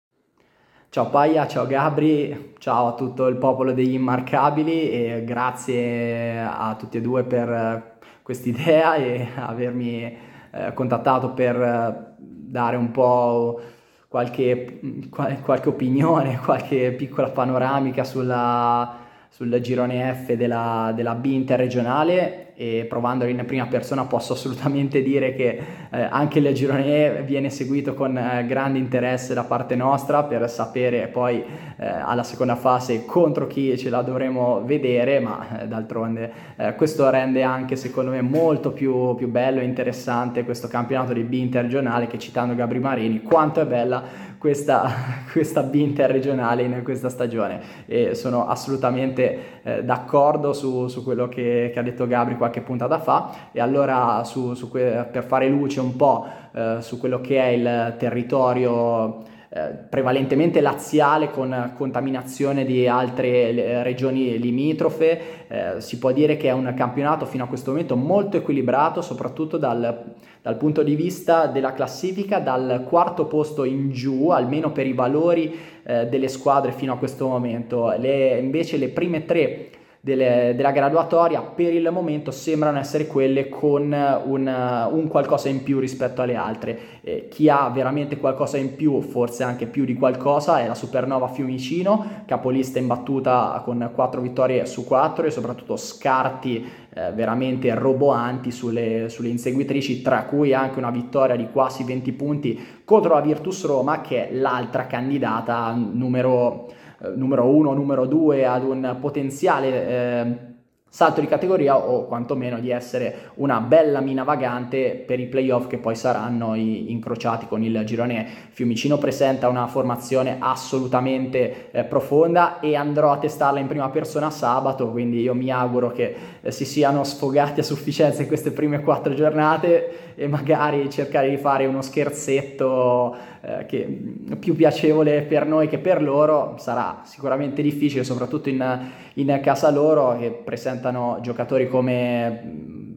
Ciao Paia, ciao Gabri, ciao a tutto il popolo degli immarcabili e grazie a tutti e due per quest'idea e avermi eh, contattato per eh, dare un po' qualche, qual- qualche opinione, qualche piccola panoramica sulla, sul girone F della, della B interregionale, e provandolo in prima persona posso assolutamente dire che eh, anche il girone E viene seguito con eh, grande interesse da parte nostra, per sapere poi eh, alla seconda fase contro chi ce la dovremo vedere, ma eh, d'altronde eh, questo rende anche secondo me molto più, più bello e interessante questo campionato di B interregionale, che, citando Gabri Marini, quanto è bella questa, questa B interregionale in questa stagione, e sono assolutamente eh, d'accordo su, su quello che, che ha detto Gabri qualche puntata fa. E allora su, su que- per fare luce un po' eh, su quello che è il territorio eh, prevalentemente laziale, con contaminazione di altre eh, regioni limitrofe, eh, si può dire che è un campionato fino a questo momento molto equilibrato, soprattutto dal, dal punto di vista della classifica, dal quarto posto in giù, almeno per i valori eh, delle squadre fino a questo momento. Le, invece le prime tre delle, della graduatoria per il momento sembrano essere quelle con un, un qualcosa in più rispetto alle altre. Eh, chi ha veramente qualcosa in più, forse anche più di qualcosa, è la Supernova Fiumicino, capolista in battuta con quattro vittorie su quattro, e soprattutto scarti eh, veramente roboanti sulle, sulle inseguitrici, tra cui anche una vittoria di quasi venti punti contro la Virtus Roma, che è l'altra candidata numero numero uno, numero due ad un potenziale eh, salto di categoria, o quantomeno di essere una bella mina vagante per i playoff che poi saranno i, incrociati con il girone. Fiumicino presenta una formazione assolutamente eh, profonda, e andrò a testarla in prima persona sabato, quindi io mi auguro che eh, si siano sfogati a sufficienza in queste prime quattro giornate, e magari cercare di fare uno scherzetto eh, che più piacevole per noi che per loro. Sarà sicuramente difficile, soprattutto in, in casa loro, che presentano giocatori come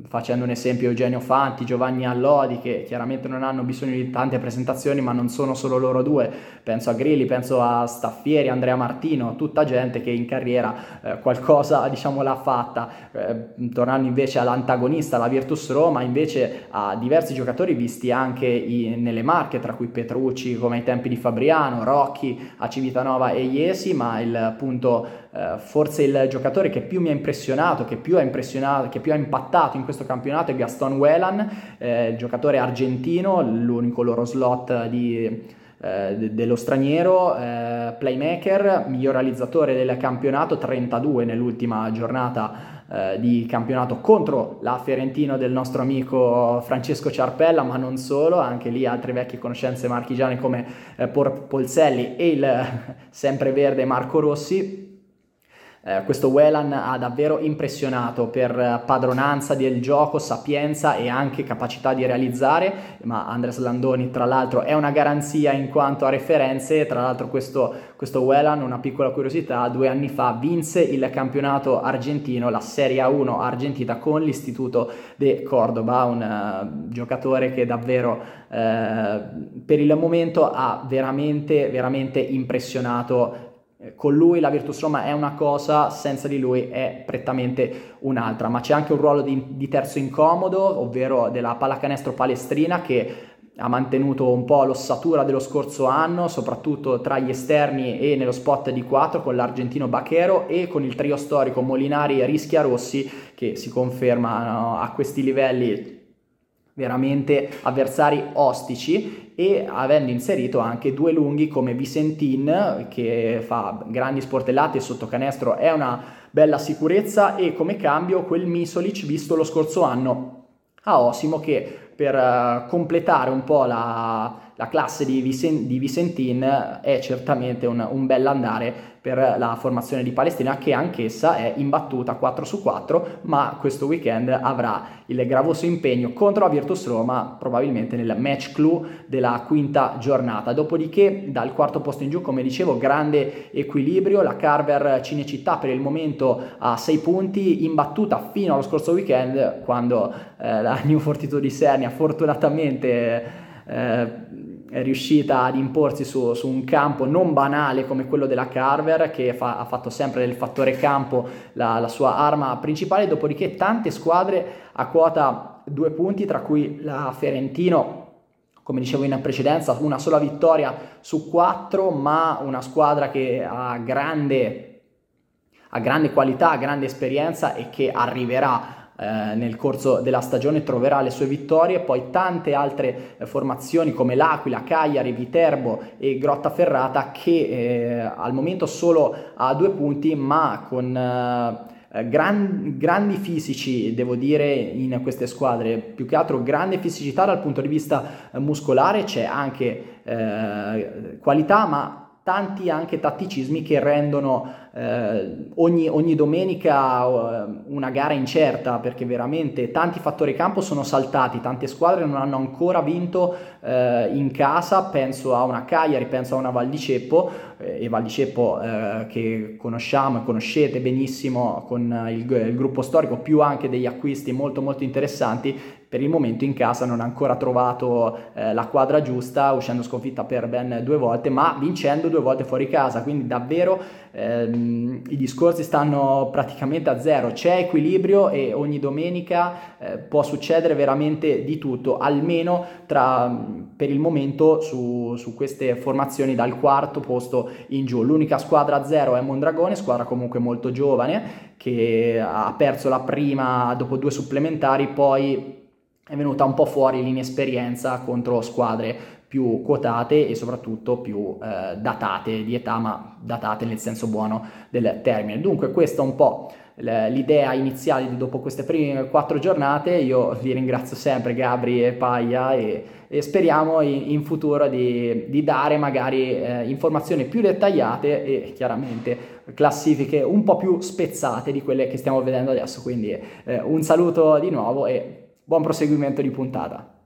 facendo un esempio Eugenio Fanti, Giovanni Allodi, che chiaramente non hanno bisogno di tante presentazioni, ma non sono solo loro due, penso a Grilli, penso a Staffieri, Andrea Martino, tutta gente che in carriera eh, qualcosa diciamo l'ha fatta. Eh, tornando invece all'antagonista, la Virtus Roma, invece ha diversi giocatori visti anche in, nelle Marche, tra cui Petrucci come ai tempi di Fabriano, Rocchi a Civitanova e Iesi, ma il punto Uh, forse il giocatore che più mi ha impressionato, che più ha impressionato, che più ha impattato in questo campionato è Gaston Whelan, eh, giocatore argentino, l'unico loro slot di, eh, de- dello straniero, eh, playmaker, miglior realizzatore del campionato, trentadue nell'ultima giornata eh, di campionato contro la Fiorentina del nostro amico Francesco Ciarpella, ma non solo, anche lì altre vecchie conoscenze marchigiane come eh, Por- Polselli e il eh, sempreverde Marco Rossi. Eh, questo Whelan ha davvero impressionato per padronanza del gioco, sapienza e anche capacità di realizzare, ma Andres Landoni tra l'altro è una garanzia in quanto a referenze. Tra l'altro questo, questo Whelan, una piccola curiosità, due anni fa vinse il campionato argentino, la Serie A uno argentina con l'Istituto de Cordoba, un uh, giocatore che davvero uh, per il momento ha veramente, veramente impressionato. Con lui la Virtus Roma è una cosa, senza di lui è prettamente un'altra, ma c'è anche un ruolo di, di terzo incomodo, ovvero della pallacanestro palestrina, che ha mantenuto un po' l'ossatura dello scorso anno, soprattutto tra gli esterni e nello spot di quattro con l'argentino Baquero e con il trio storico Molinari e Rischia-Rossi, che si confermano a questi livelli veramente avversari ostici, e avendo inserito anche due lunghi come Visentin, che fa grandi sportellate sotto canestro, è una bella sicurezza, e come cambio quel Misolic visto lo scorso anno a Osimo, che per uh, completare un po' la, la classe di, Vicen- di Visentin è certamente un, un bell'andare per la formazione di Palestina, che anch'essa è imbattuta quattro su quattro, ma questo weekend avrà il gravoso impegno contro la Virtus Roma, probabilmente nel match clou della quinta giornata. Dopodiché dal quarto posto in giù, come dicevo, grande equilibrio, la Carver Cinecittà per il momento a sei punti, imbattuta fino allo scorso weekend, quando eh, la New Fortitudo di Sernia fortunatamente eh, è riuscita ad imporsi su, su un campo non banale come quello della Carver, che fa, ha fatto sempre del fattore campo la, la sua arma principale. Dopodiché tante squadre a quota due punti, tra cui la Ferentino, come dicevo in precedenza, una sola vittoria su quattro, ma una squadra che ha grande, ha grande qualità, grande esperienza e che arriverà Eh, nel corso della stagione, troverà le sue vittorie. Poi tante altre eh, formazioni come l'Aquila, Cagliari, Viterbo e Grottaferrata, che eh, al momento solo a due punti, ma con eh, gran, grandi fisici, devo dire, in queste squadre. Più che altro grande fisicità dal punto di vista eh, muscolare, c'è anche eh, qualità, ma tanti anche tatticismi che rendono eh, ogni, ogni domenica eh, una gara incerta, perché veramente tanti fattori campo sono saltati, tante squadre non hanno ancora vinto eh, in casa. Penso a una Cagliari, penso a una Val di Ceppo, eh, e Val di Ceppo eh, che conosciamo e conoscete benissimo con il, il gruppo storico, più anche degli acquisti molto molto interessanti. Per il momento in casa non ha ancora trovato eh, la quadra giusta, uscendo sconfitta per ben due volte, ma vincendo due volte fuori casa, quindi davvero ehm, i discorsi stanno praticamente a zero. C'è equilibrio e ogni domenica eh, può succedere veramente di tutto, almeno tra, per il momento su, su queste formazioni dal quarto posto in giù. L'unica squadra a zero è Mondragone, squadra comunque molto giovane, che ha perso la prima dopo due supplementari, poi è venuta un po' fuori l'inesperienza contro squadre più quotate e soprattutto più eh, datate di età, ma datate nel senso buono del termine. Dunque questa è un po' l'idea iniziale di dopo queste prime quattro giornate. Io vi ringrazio sempre, Gabri e Paia, e, e speriamo in, in futuro di, di dare magari eh, informazioni più dettagliate e chiaramente classifiche un po' più spezzate di quelle che stiamo vedendo adesso. Quindi eh, un saluto di nuovo e buon proseguimento di puntata.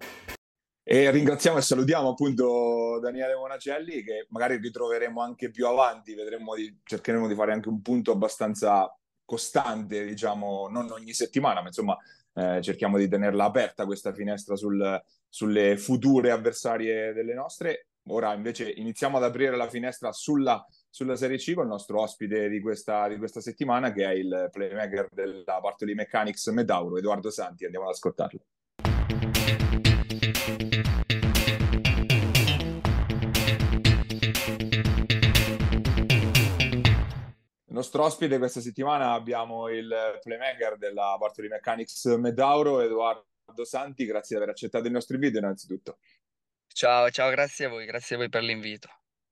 E ringraziamo e salutiamo appunto Daniele Monacelli, che magari ritroveremo anche più avanti, vedremo di, cercheremo di fare anche un punto abbastanza costante, diciamo, non ogni settimana, ma insomma eh, cerchiamo di tenerla aperta questa finestra sul, sulle future avversarie delle nostre. Ora invece iniziamo ad aprire la finestra sulla, sulla Serie C con il nostro ospite di questa, di questa settimana, che è il playmaker della Bartoli Mechanics Metauro, Edoardo Santi. Andiamo ad ascoltarlo. Il nostro ospite questa settimana abbiamo il playmaker della Bartoli Mechanics Metauro, Edoardo Santi. Grazie di aver accettato il nostro invito innanzitutto. Ciao, ciao, grazie a voi, grazie a voi per l'invito.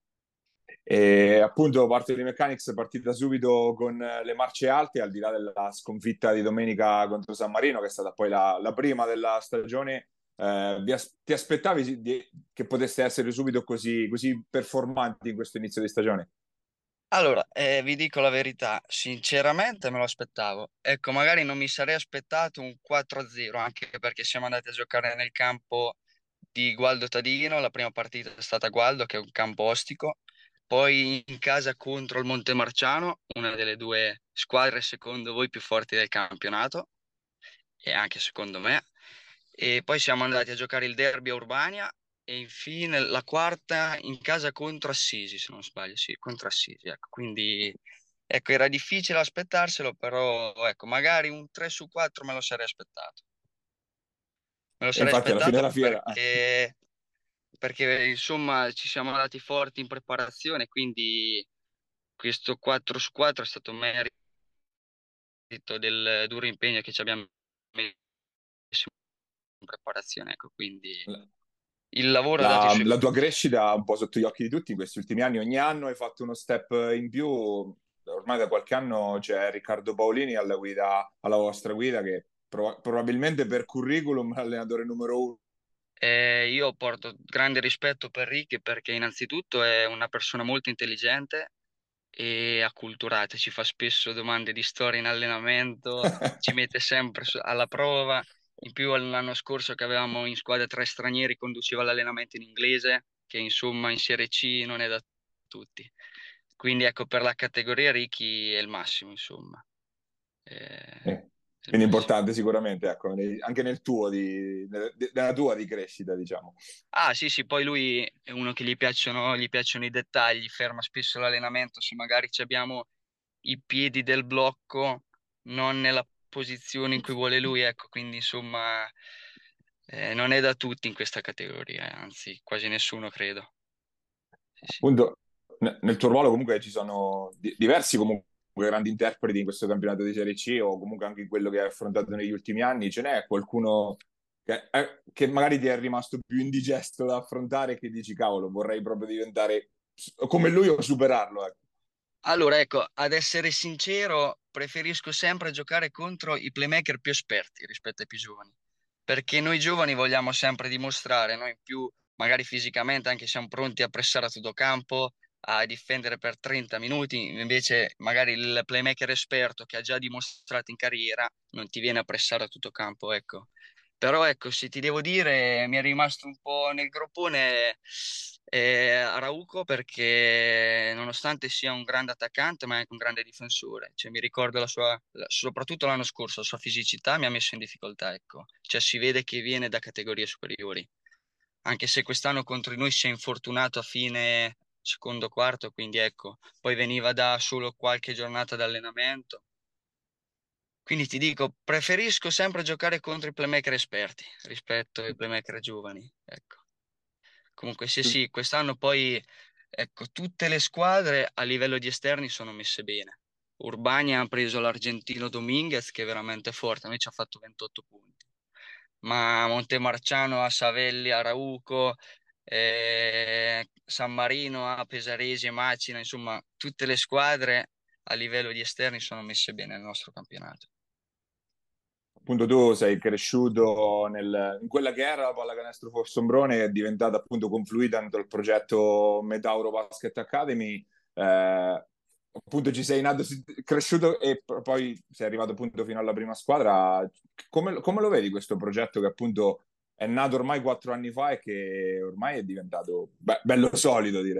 E appunto Bartoli Mechanics è partita subito con le marce alte, al di là della sconfitta di domenica contro San Marino, che è stata poi la, la prima della stagione. Eh, vi as- ti aspettavi di- che poteste essere subito così, così performanti in questo inizio di stagione? Allora, eh, vi dico la verità, sinceramente me lo aspettavo. Ecco, magari non mi sarei aspettato un quattro a zero, anche perché siamo andati a giocare nel campo di Gualdo Tadino, la prima partita è stata a Gualdo, che è un campo ostico, poi in casa contro il Montemarciano, una delle due squadre secondo voi più forti del campionato, e anche secondo me, e poi siamo andati a giocare il derby a Urbania e infine la quarta in casa contro Assisi, se non sbaglio, sì, contro Assisi, ecco, quindi ecco, era difficile aspettarselo, però ecco, magari un tre su quattro me lo sarei aspettato. Me lo E sarei infatti alla fine aspettato della fiera perché, perché insomma ci siamo andati forti in preparazione, quindi questo quattro su quattro è stato merito del duro impegno che ci abbiamo messo in preparazione, ecco, quindi il lavoro ha dato i la, suoi la tua frutti. crescita un po' sotto gli occhi di tutti in questi ultimi anni, ogni anno hai fatto uno step in più. Ormai da qualche anno c'è Riccardo Paolini alla guida, alla vostra guida, che pro- probabilmente per curriculum è l'allenatore numero uno. Eh, io porto grande rispetto per Ricky perché innanzitutto è una persona molto intelligente e acculturata, ci fa spesso domande di storia in allenamento, ci mette sempre su- alla prova. In più l'anno scorso che avevamo in squadra tre stranieri conduceva l'allenamento in inglese, che insomma in Serie C non è da tutti. Quindi ecco, per la categoria Ricky è il massimo, insomma. Eh, Eh, è il Quindi massimo. importante sicuramente, ecco, nei- anche nel tuo di, nella nella tua di crescita, diciamo. Ah, sì, sì, poi lui è uno che gli piacciono, gli piacciono i dettagli, ferma spesso l'allenamento, se magari ci abbiamo i piedi del blocco non nella posizione in cui vuole lui, ecco, quindi insomma eh, non è da tutti in questa categoria, eh, anzi quasi nessuno credo. Sì, sì. Appunto, ne- nel tuo ruolo comunque ci sono di- diversi comunque grandi interpreti in questo campionato di Serie C, o comunque anche in quello che hai affrontato negli ultimi anni. Ce n'è qualcuno che, è- che magari ti è rimasto più indigesto da affrontare, che dici, cavolo, vorrei proprio diventare s- come lui o superarlo, ecco. Allora, ecco, ad essere sincero, preferisco sempre giocare contro i playmaker più esperti rispetto ai più giovani, perché noi giovani vogliamo sempre dimostrare, noi in più, magari fisicamente, anche siamo pronti a pressare a tutto campo, a difendere per trenta minuti, invece magari il playmaker esperto che ha già dimostrato in carriera non ti viene a pressare a tutto campo, ecco. Però ecco, se ti devo dire, mi è rimasto un po' nel groppone eh, Arauco perché nonostante sia un grande attaccante, ma è anche un grande difensore. Cioè, mi ricordo la sua, la- soprattutto l'anno scorso, la sua fisicità mi ha messo in difficoltà, ecco. Cioè, si vede che viene da categorie superiori. Anche se quest'anno contro di noi si è infortunato a fine secondo quarto, quindi ecco, poi veniva da solo qualche giornata d'allenamento. Quindi ti dico, preferisco sempre giocare contro i playmaker esperti rispetto ai playmaker giovani. Ecco. Comunque sì, sì, quest'anno poi, ecco, tutte le squadre a livello di esterni sono messe bene. Urbania ha preso l'argentino Dominguez, che è veramente forte, a noi ci ha fatto ventotto punti. Ma Montemarciano ha Savelli, a Rauco, eh, San Marino ha Pesaresi e Macina, insomma, tutte le squadre a livello di esterni sono messe bene nel nostro campionato. Appunto tu sei cresciuto nel- in quella che era la pallacanestro Fossombrone, che è diventata appunto confluita dentro il progetto Metauro Basket Academy. Eh, appunto ci sei nato, cresciuto e p- poi sei arrivato appunto fino alla prima squadra. Come, come lo vedi questo progetto che appunto è nato ormai quattro anni fa e che ormai è diventato be- bello solido, direi?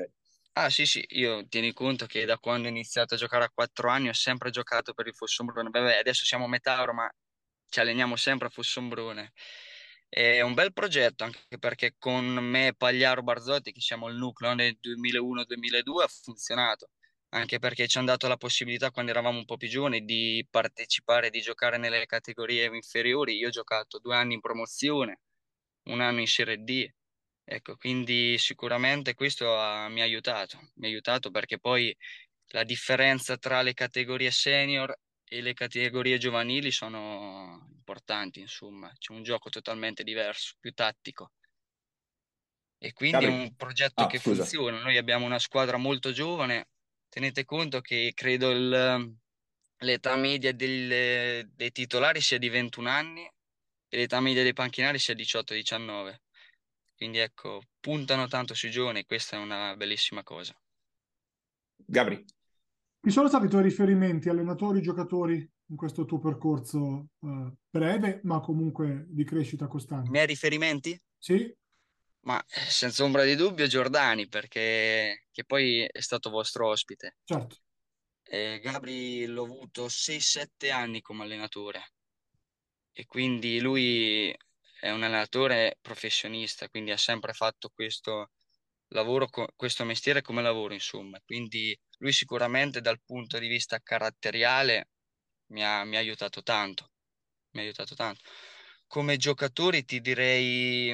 Ah sì sì, io tieni conto che da quando ho iniziato a giocare a quattro anni ho sempre giocato per il Fossombrone. Vabbè, adesso siamo a metà ormai, ci alleniamo sempre a Fossombrone. È un bel progetto anche perché con me e Pagliaro Barzotti, che siamo il nucleo nel duemilauno-duemiladue, ha funzionato. Anche perché ci hanno dato la possibilità, quando eravamo un po' più giovani, di partecipare, di giocare nelle categorie inferiori. Io ho giocato due anni in promozione, un anno in Serie D. Ecco, quindi sicuramente questo ha- mi ha aiutato. Mi ha aiutato perché poi la differenza tra le categorie senior e le categorie giovanili sono importanti, insomma, c'è un gioco totalmente diverso, più tattico. E quindi è Gabri, un progetto ah, che scusa. funziona. Noi abbiamo una squadra molto giovane. Tenete conto che credo il- l'età media del- dei titolari sia di ventuno anni e l'età media dei panchinari sia diciotto diciannove. Quindi ecco, puntano tanto sui giovani, questa è una bellissima cosa. Gabri. Chi sono stati i tuoi riferimenti, allenatori, giocatori in questo tuo percorso eh, breve, ma comunque di crescita I costante? miei riferimenti? Sì, Ma eh, senza ombra di dubbio Giordani, perché che poi è stato vostro ospite. certo. E Gabri l'ho avuto sei sette anni come allenatore e quindi lui è un allenatore professionista, quindi ha sempre fatto questo lavoro, co- questo mestiere come lavoro, insomma. Quindi lui sicuramente dal punto di vista caratteriale mi ha, mi ha aiutato tanto, mi ha aiutato tanto. Come giocatori ti direi,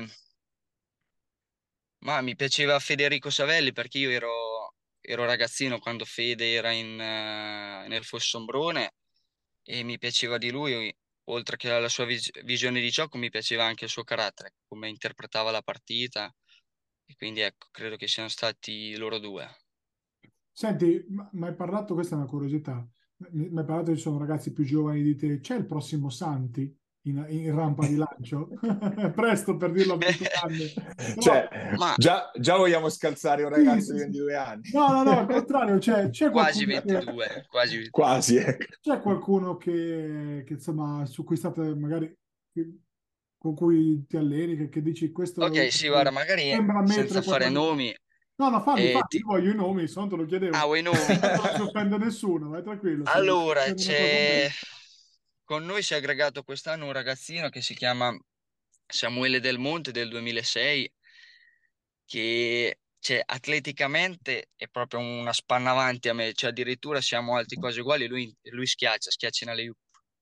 ma mi piaceva Federico Savelli perché io ero, ero ragazzino quando Fede era in, eh, nel Fossombrone e mi piaceva di lui, oltre che alla sua vis- visione di gioco, mi piaceva anche il suo carattere, come interpretava la partita e quindi ecco, credo che siano stati loro due. Senti, ma ma hai parlato, questa è una curiosità, mi mi hai parlato che ci sono ragazzi più giovani di te, c'è il prossimo Santi in, in rampa di lancio? Presto per dirlo a ventun anni, però Cioè, Ma già, già vogliamo scalzare un sì, ragazzo sì, di sì. ventidue anni. No, no, no, al contrario, c'è c'è quasi qualcuno che, ventidue, quasi. Quasi, ecco. c'è qualcuno che, che, insomma, su cui state magari, che- con cui ti alleni, che, che dici questo è uno Ok, sì, guarda, che magari sembra senza mettere quattro fare anni. nomi, No, no, falli, eh, falli, io ti- voglio i nomi, se no te lo ah, chiedevo. vuoi i nomi? Tanto non si offende nessuno, vai tranquillo, se vuoi Allora, prendere una cosa con c'è me. con noi si è aggregato quest'anno un ragazzino che si chiama Samuele Del Monte del duemilasei, che cioè, atleticamente è proprio una spanna avanti a me, cioè addirittura siamo alti quasi uguali, lui, lui schiaccia, schiaccia in alley-oop.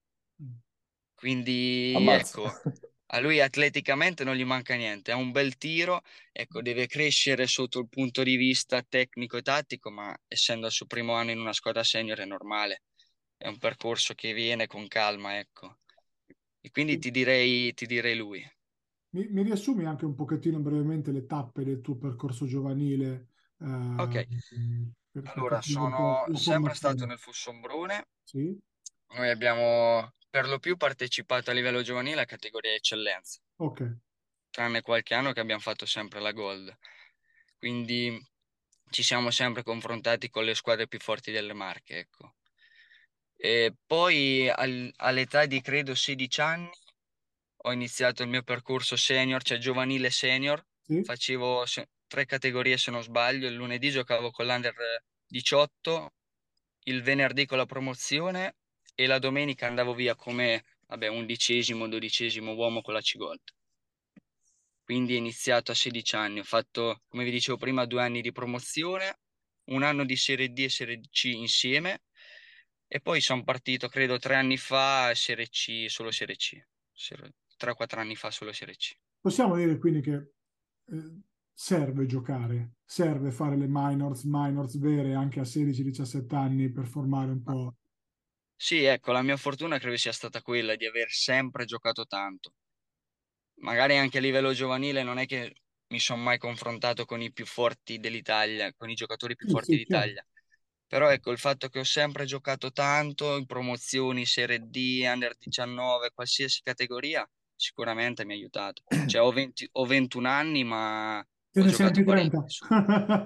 Quindi Ammazza. ecco, a lui atleticamente non gli manca niente, ha un bel tiro, ecco, deve crescere sotto il punto di vista tecnico e tattico, ma essendo al suo primo anno in una squadra senior è normale, è un percorso che viene con calma, ecco. E quindi ti direi, ti direi lui. Mi, mi riassumi anche un pochettino brevemente le tappe del tuo percorso giovanile Ok, eh, per, per allora capire un po' sono la sempre stato formazione? nel Fossombrone, Sì? noi abbiamo per lo più partecipato a livello giovanile a categoria eccellenza, Ok. tranne qualche anno che abbiamo fatto sempre la Gold. Quindi ci siamo sempre confrontati con le squadre più forti delle Marche, ecco. E poi al- all'età di credo sedici anni ho iniziato il mio percorso senior, cioè giovanile senior. Sì? Facevo se- tre categorie se non sbaglio. Il lunedì giocavo con l'Under diciotto, il venerdì con la promozione e la domenica andavo via come, vabbè, undicesimo, dodicesimo uomo con la C-Gold. Quindi ho iniziato a sedici anni, ho fatto, come vi dicevo prima, due anni di promozione, un anno di Serie D e Serie C insieme e poi sono partito, credo, tre anni fa, Serie C, solo Serie C. Serie- tre o quattro anni fa solo Serie C. Possiamo dire quindi che eh, serve giocare, serve fare le minors, minors vere anche a sedici diciassette anni per formare un Ma- po'. Sì, ecco, la mia fortuna credo sia stata quella di aver sempre giocato tanto. Magari anche a livello giovanile non è che mi sono mai confrontato con i più forti dell'Italia, con i giocatori più Sì, forti sì, chiaro. d'Italia. Però ecco, il fatto che ho sempre giocato tanto in promozioni, Serie D, Under diciannove, qualsiasi categoria, sicuramente mi ha aiutato. Cioè, ho venti ho ventuno anni, ma Te ho ne giocato senti parecchio, trenta. insomma.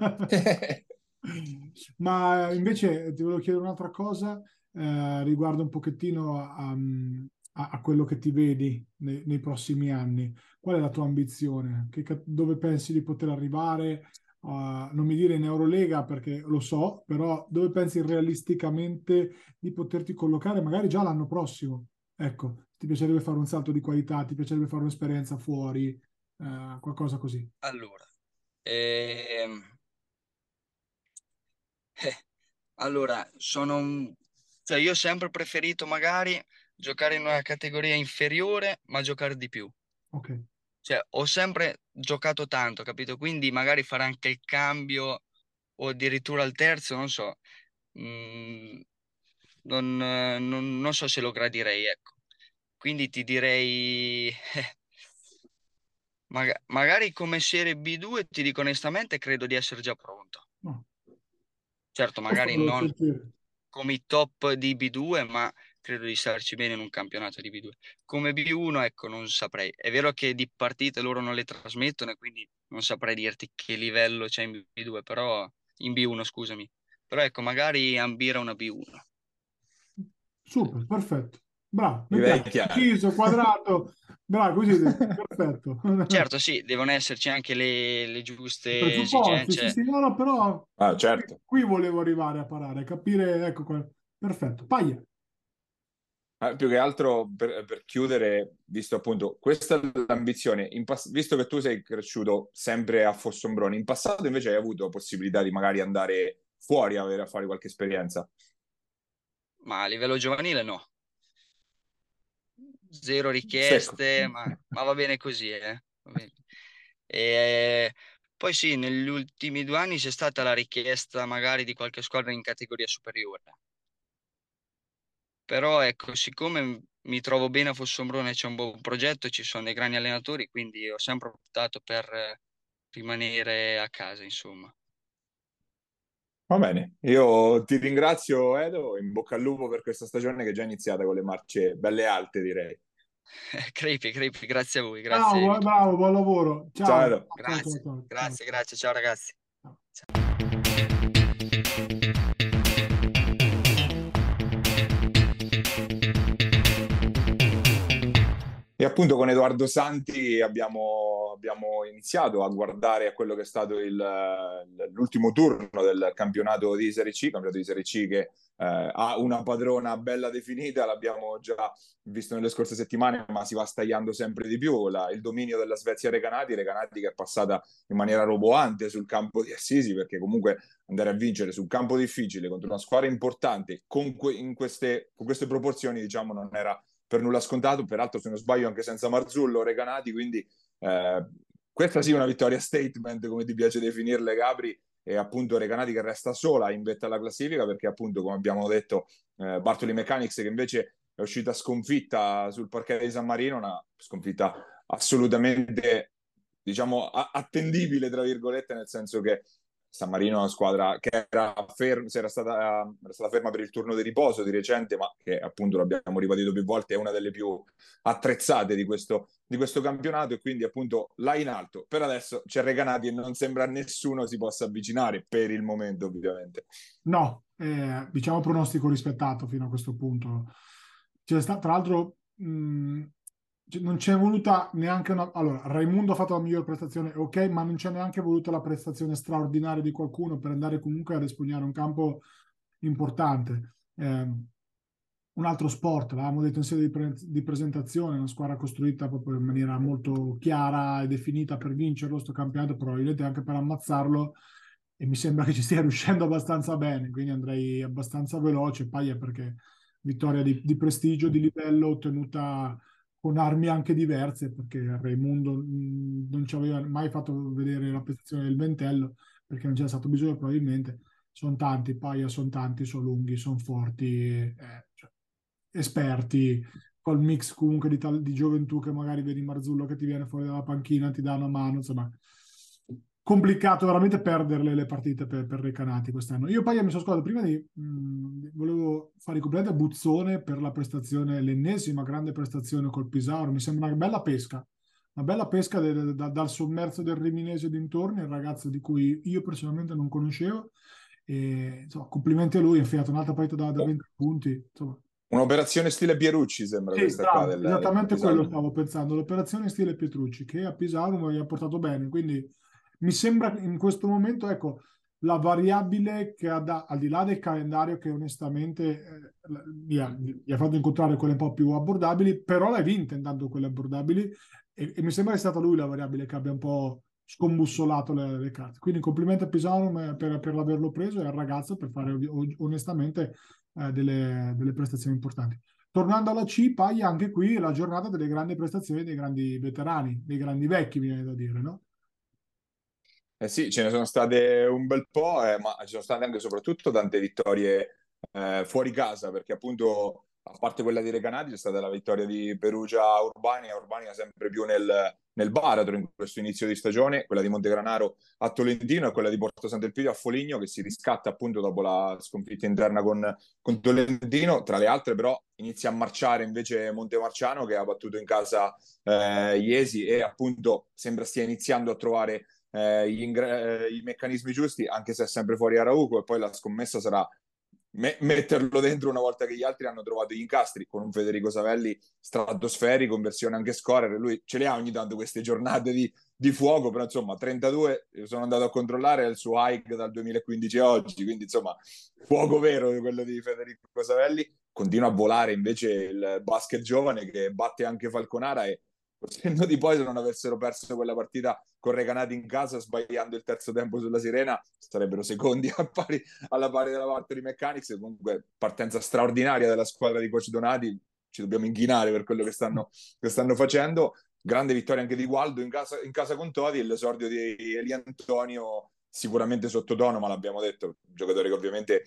Ma invece ti volevo chiedere un'altra cosa eh, riguardo un pochettino a, a- a quello che ti vedi nei, nei prossimi anni. Qual è la tua ambizione? Che ca- dove pensi di poter arrivare? uh, non mi dire in Eurolega perché lo so, però dove pensi realisticamente di poterti collocare magari già l'anno prossimo? Ecco, ti piacerebbe fare un salto di qualità, ti piacerebbe fare un'esperienza fuori, uh, qualcosa così? Allora, ehm, eh, allora, sono un... cioè io ho sempre preferito magari giocare in una categoria inferiore, ma giocare di più. Ok. Cioè, ho sempre giocato tanto, capito? Quindi magari fare anche il cambio o addirittura il terzo, non so. Mm, non, eh, non- non so se lo gradirei, ecco. Quindi ti direi, maga- magari come Serie B due, ti dico onestamente, credo di essere già pronto. No, Certo, questo magari volevo non sentire. come i top di B due, ma credo di starci bene in un campionato di B due. Come B uno, ecco, non saprei. È vero che di partite loro non le trasmettono, e quindi non saprei dirti che livello c'è in B due, però in B uno, scusami. Però ecco, magari ambire a una B uno. Super, perfetto. Bravo, mi Idee piace. chiare. Preciso, quadrato. Bravo, così, perfetto. Certo, sì, devono esserci anche le, le I giuste presupposti, sì, esigenze. sì, no, no, però Ah, qui, certo. qui volevo arrivare a parare, capire, ecco, quel- perfetto. Paglia. Eh, più che altro per, per chiudere, visto appunto questa è l'ambizione, in pass- visto che tu sei cresciuto sempre a Fossombrone, in passato invece hai avuto possibilità di magari andare fuori a, avere, a fare qualche esperienza. Ma a livello giovanile no. Zero Secco. richieste, ma, ma va bene così, eh. Va bene. E poi sì, negli ultimi due anni c'è stata la richiesta magari di qualche squadra in categoria superiore. Però ecco, siccome mi trovo bene a Fossombrone, c'è un buon progetto, ci sono dei grandi allenatori, quindi ho sempre optato per eh, rimanere a casa, insomma. Va bene, io ti ringrazio Edo, in bocca al lupo per questa stagione che è già iniziata con le marce belle alte, direi. Crepi, crepi, grazie a voi, grazie Bravo, di eh, tutto. bravo, buon lavoro. Ciao Ciao, Edo. ciao, ciao, Grazie, ciao, ciao. grazie, grazie, ciao ragazzi. Ciao. E appunto con Edoardo Santi abbiamo, abbiamo iniziato a guardare a quello che è stato il- l'ultimo turno del campionato di Serie C, campionato di Serie C che eh, ha una padrona bella definita, l'abbiamo già visto nelle scorse settimane, ma si va stagliando sempre di più. La- il dominio della Svezia Recanati, Recanati che è passata in maniera roboante sul campo di Assisi, perché comunque andare a vincere sul campo difficile contro una squadra importante con, que- in queste, con queste proporzioni, diciamo, non era per nulla scontato, peraltro se non sbaglio anche senza Marzullo, Recanati, quindi eh, questa sì è una vittoria statement, come ti piace definirle Gabri, e appunto Recanati che resta sola in vetta alla classifica perché appunto come abbiamo detto eh, Bartoli Mechanics che invece è uscita sconfitta sul parquet di San Marino, una sconfitta assolutamente diciamo attendibile tra virgolette, nel senso che San Marino è una squadra che era, ferma, era, stata, era stata ferma per il turno di riposo di recente, ma che appunto l'abbiamo ribadito più volte, è una delle più attrezzate di questo, di questo campionato e quindi appunto là in alto. Per adesso c'è Recanati e non sembra nessuno si possa avvicinare per il momento ovviamente. No, eh, diciamo pronostico rispettato fino a questo punto. C'è sta- tra l'altro, mh, c- non c'è voluta neanche una... Allora, Raimundo ha fatto la miglior prestazione, ok, ma non c'è neanche voluta la prestazione straordinaria di qualcuno per andare comunque ad espugnare un campo importante. Eh, un altro sport, l'avevamo detto in sede di, pre- di presentazione, una squadra costruita proprio in maniera molto chiara e definita per vincerlo, sto campionato, probabilmente anche per ammazzarlo, e mi sembra che ci stia riuscendo abbastanza bene, quindi andrei abbastanza veloce, Paglia perché vittoria di, di prestigio, di livello, ottenuta con armi anche diverse, perché Raimundo mh, non ci aveva mai fatto vedere la prestazione del ventello, perché non c'era stato bisogno probabilmente, sono tanti, Paglia sono tanti, sono lunghi, sono forti, eh, cioè, esperti, col mix comunque di, tal- di gioventù che magari vedi Marzullo che ti viene fuori dalla panchina, ti dà una mano, insomma, complicato veramente perderle le partite per, per Recanati quest'anno. Io poi mi sono scordato, prima di, mh, volevo fare i complimenti a Buzzone per la prestazione, l'ennesima grande prestazione col Pisauro, mi sembra una bella pesca, una bella pesca de- de- da- dal sommerso del Riminese e dintorni, il ragazzo di cui io personalmente non conoscevo, e insomma, complimenti a lui, ha infilato un'altra partita da, da venti punti, insomma. Un'operazione stile Pierucci sembra Sì, questa qua bravo, del, del esattamente quello Pisauro. stavo pensando, l'operazione stile Pietrucci che a Pisano mi ha portato bene, quindi mi sembra che in questo momento, ecco, la variabile che ha da, al di là del calendario che onestamente eh, gli, ha, gli ha fatto incontrare quelle un po' più abbordabili, però l'hai vinte intanto quelle abbordabili e, e mi sembra che sia stata lui la variabile che abbia un po' scombussolato le, le carte. Quindi complimenti a Pisano per, per averlo preso e al ragazzo per fare onestamente eh, delle, delle prestazioni importanti. Tornando alla C, poi anche qui la giornata delle grandi prestazioni dei grandi veterani, dei grandi vecchi, mi viene da dire, no? Eh sì, ce ne sono state un bel po', eh, ma ci sono state anche e soprattutto tante vittorie eh, fuori casa, perché appunto, a parte quella di Recanati, c'è stata la vittoria di Perugia-Urbania, Urbania sempre più nel, nel baratro in questo inizio di stagione, quella di Montegranaro a Tolentino e quella di Porto Sant'Elpidio a Foligno, che si riscatta appunto dopo la sconfitta interna con, con Tolentino. Tra le altre però inizia a marciare invece Montemarciano, che ha battuto in casa eh, Iesi e appunto sembra stia iniziando a trovare eh, gli ingre- eh, i meccanismi giusti, anche se è sempre fuori Arauco, e poi la scommessa sarà me- metterlo dentro una volta che gli altri hanno trovato gli incastri, con un Federico Savelli stratosferico, in versione anche scorer. Lui ce le ha ogni tanto queste giornate di, di fuoco, però insomma trentadue, sono andato a controllare, è il suo hike dal duemilaquindici a oggi, quindi insomma fuoco vero quello di Federico Savelli. Continua a volare invece il basket giovane, che batte anche Falconara, e col senno di poi, se non avessero perso quella partita con Recanati in casa, sbagliando il terzo tempo sulla Sirena, sarebbero secondi a pari, alla pari della Valtteri Mechanics. Comunque partenza straordinaria della squadra di Coach Donati, ci dobbiamo inchinare per quello che stanno, che stanno facendo. Grande vittoria anche di Gualdo in casa, in casa con Todi, e l'esordio di Eli Antonio sicuramente sottotono, ma l'abbiamo detto, un giocatore che ovviamente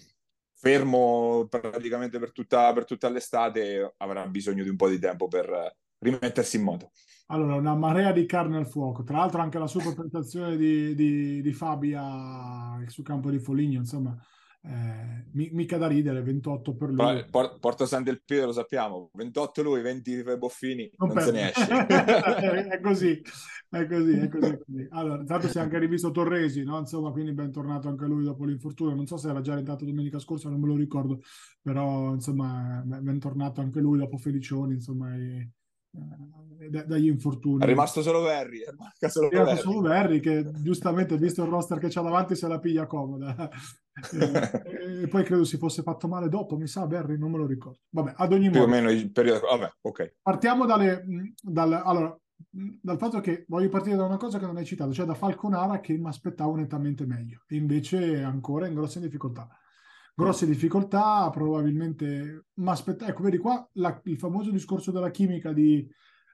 fermo praticamente per tutta, per tutta l'estate, avrà bisogno di un po' di tempo per rimettersi in moto. Allora, una marea di carne al fuoco. Tra l'altro anche la super prestazione di, di, di Fabia sul campo di Foligno, insomma, eh, mi- mica da ridere, ventotto per lui. Por- Porto Sant'Elpidio lo sappiamo, ventotto lui, venti Boffini, Non non se ne perde. esce. È così, è così, è così. È così. Allora, tanto si è anche rivisto Torresi, no? Insomma, quindi bentornato anche lui dopo l'infortunio. Non so se era già rientrato domenica scorsa, non me lo ricordo, però insomma, bentornato anche lui dopo Felicioni, insomma, e, eh, da- dagli È infortuni. rimasto solo Verri, è rimasto solo È arrivato solo Verri. Verri che giustamente, visto il roster che c'ha davanti, se la piglia comoda. E, e poi credo si fosse fatto male dopo, mi sa, Verri, non me lo ricordo. Vabbè, ad ogni Più o modo. meno il periodo. Vabbè, ok. Partiamo dalle, mh, dal, allora, mh, dal fatto che voglio partire da una cosa che non hai citato, cioè da Falconara, che mi aspettavo nettamente meglio, e invece è ancora in grosse difficoltà. Grosse difficoltà, probabilmente, ma aspetta, ecco, vedi qua la- il famoso discorso della chimica di,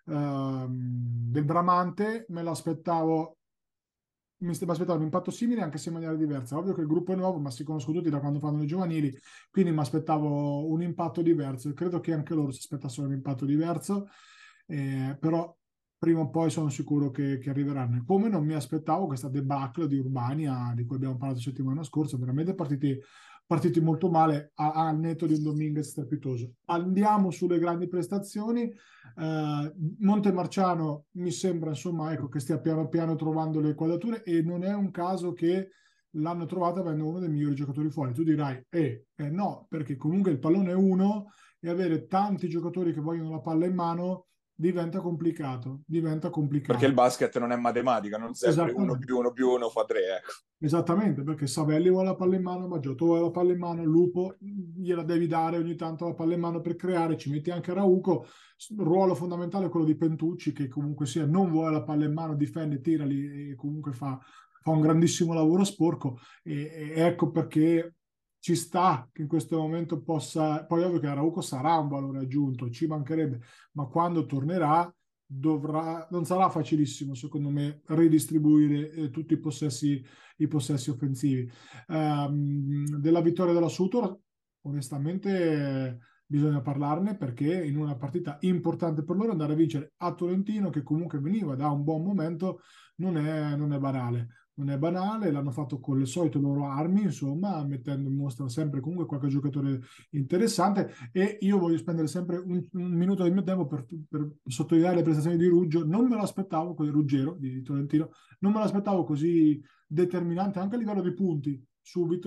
ehm, del Bramante, me l'aspettavo, mi st- mi aspettavo un impatto simile, anche se in maniera diversa. Ovvio che il gruppo è nuovo, ma si conoscono tutti da quando fanno le giovanili, quindi mi aspettavo un impatto diverso, e credo che anche loro si aspettassero un impatto diverso, eh, però prima o poi sono sicuro che, che arriveranno. Come non mi aspettavo questa debacle di Urbania, di cui abbiamo parlato settimana scorsa, veramente partiti, partiti molto male, a, a netto di un Dominguez strepitoso. Andiamo sulle grandi prestazioni. Uh, Montemarciano mi sembra insomma ecco, che stia piano piano trovando le quadrature, e non è un caso che l'hanno trovata avendo uno dei migliori giocatori fuori. Tu dirai eh, eh no, perché comunque il pallone è uno, e avere tanti giocatori che vogliono la palla in mano diventa complicato, diventa Perché il complicato. basket non è matematica, non sempre uno Esattamente. più uno più uno fa tre, ecco. Esattamente, perché Savelli vuole la palla in mano, Maggiotto vuole la palla in mano, Lupo gliela devi dare ogni tanto la palla in mano per creare, ci metti anche Rauco, ruolo fondamentale quello di Pentucci, che comunque sia non vuole la palla in mano, difende, tirali, e comunque fa, fa un grandissimo lavoro sporco, e, e ecco perché ci sta che in questo momento possa, poi ovvio che Arauco sarà un valore aggiunto, ci mancherebbe, ma quando tornerà dovrà, non sarà facilissimo secondo me ridistribuire eh, tutti i possessi, i possessi offensivi. Um, della vittoria della Sutor, onestamente eh, bisogna parlarne, perché in una partita importante per loro andare a vincere a Tolentino, che comunque veniva da un buon momento, non è, non è banale. Non è banale, l'hanno fatto con le solite loro armi, insomma, mettendo in mostra sempre comunque qualche giocatore interessante, e io voglio spendere sempre un, un minuto del mio tempo per, per sottolineare le prestazioni di Ruggio. Non me l'aspettavo, quel Ruggero di, di Tolentino, non me l'aspettavo così determinante anche a livello di punti subito,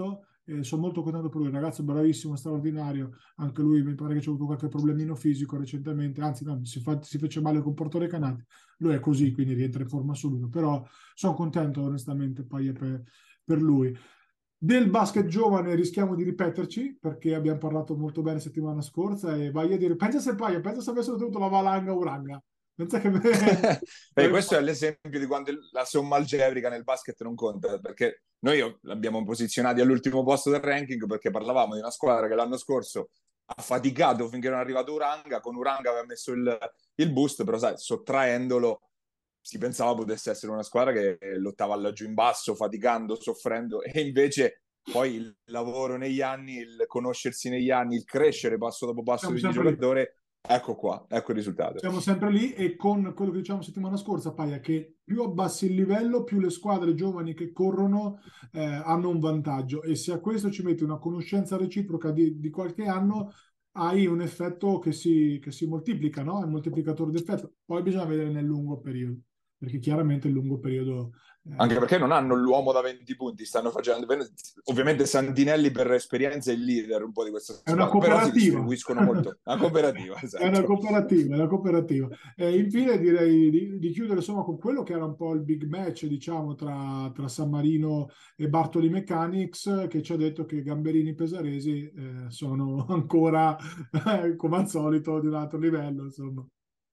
Eh, sono molto contento per lui, un ragazzo bravissimo, straordinario, anche lui mi pare che c'è avuto qualche problemino fisico recentemente, anzi no, si, fa, si fece male con Porto Recanati, lui è così, quindi rientra in forma subito, però sono contento onestamente Paia per, per lui. Del basket giovane rischiamo di ripeterci perché abbiamo parlato molto bene settimana scorsa e vai a dire, pensa se Paia, pensa se avessero tenuto la Valanga Uranga. Pensa che... Beh, questo è l'esempio di quando la somma algebrica nel basket non conta, perché noi l'abbiamo posizionati all'ultimo posto del ranking perché parlavamo di una squadra che l'anno scorso ha faticato finché non è arrivato Uranga, con Uranga aveva messo il, il boost, però sai, sottraendolo si pensava potesse essere una squadra che lottava laggiù in basso, faticando, soffrendo, e invece poi il lavoro negli anni, il conoscersi negli anni, il crescere passo dopo passo Siamo di ogni giocatore, ecco qua, ecco il risultato. Siamo sempre lì e con quello che diciamo settimana scorsa, Paia, che più abbassi il livello, più le squadre giovani che corrono eh, hanno un vantaggio e se a questo ci metti una conoscenza reciproca di, di qualche anno, hai un effetto che si, che si moltiplica, no? È un moltiplicatore d'effetto. Poi bisogna vedere nel lungo periodo, perché chiaramente il lungo periodo... Eh... Anche perché non hanno l'uomo da venti punti, stanno facendo... Ovviamente Santinelli per esperienza è il leader un po' di questa squadra, è una cooperativa. Però si distribuiscono molto. Una cooperativa, esatto. È una cooperativa, è una cooperativa. E infine direi di, di chiudere insomma con quello che era un po' il big match, diciamo, tra, tra San Marino e Bartoli Mechanics, che ci ha detto che Gamberini Pesaresi eh, sono ancora, eh, come al solito, di un altro livello, insomma.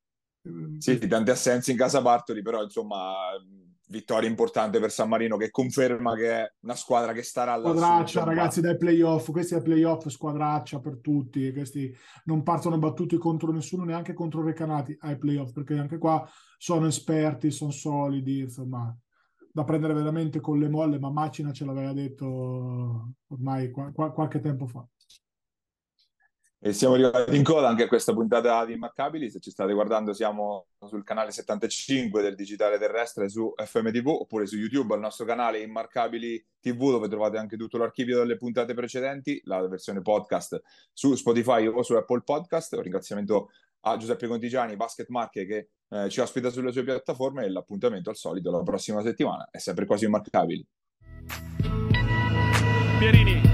Sì, tante assenze in casa Bartoli, però insomma vittoria importante per San Marino che conferma che è una squadra che starà alla squadraccia, ragazzi, dai playoff, questi è playoff, squadraccia per tutti, questi non partono battuti contro nessuno, neanche contro Recanati ai playoff, perché anche qua sono esperti, sono solidi, insomma, da prendere veramente con le molle, ma Macina ce l'aveva detto ormai qua, qua, qualche tempo fa. E siamo arrivati in coda anche a questa puntata di Immarcabili. Se ci state guardando siamo sul canale settantacinque del Digitale Terrestre su F M T V oppure su YouTube al nostro canale Immarcabili T V, dove trovate anche tutto l'archivio delle puntate precedenti, la versione podcast su Spotify o su Apple Podcast. Un ringraziamento a Giuseppe Contigiani, Basket Marche, che eh, ci ospita sulle sue piattaforme, e l'appuntamento al solito la prossima settimana è sempre quasi Immarcabili. Pierini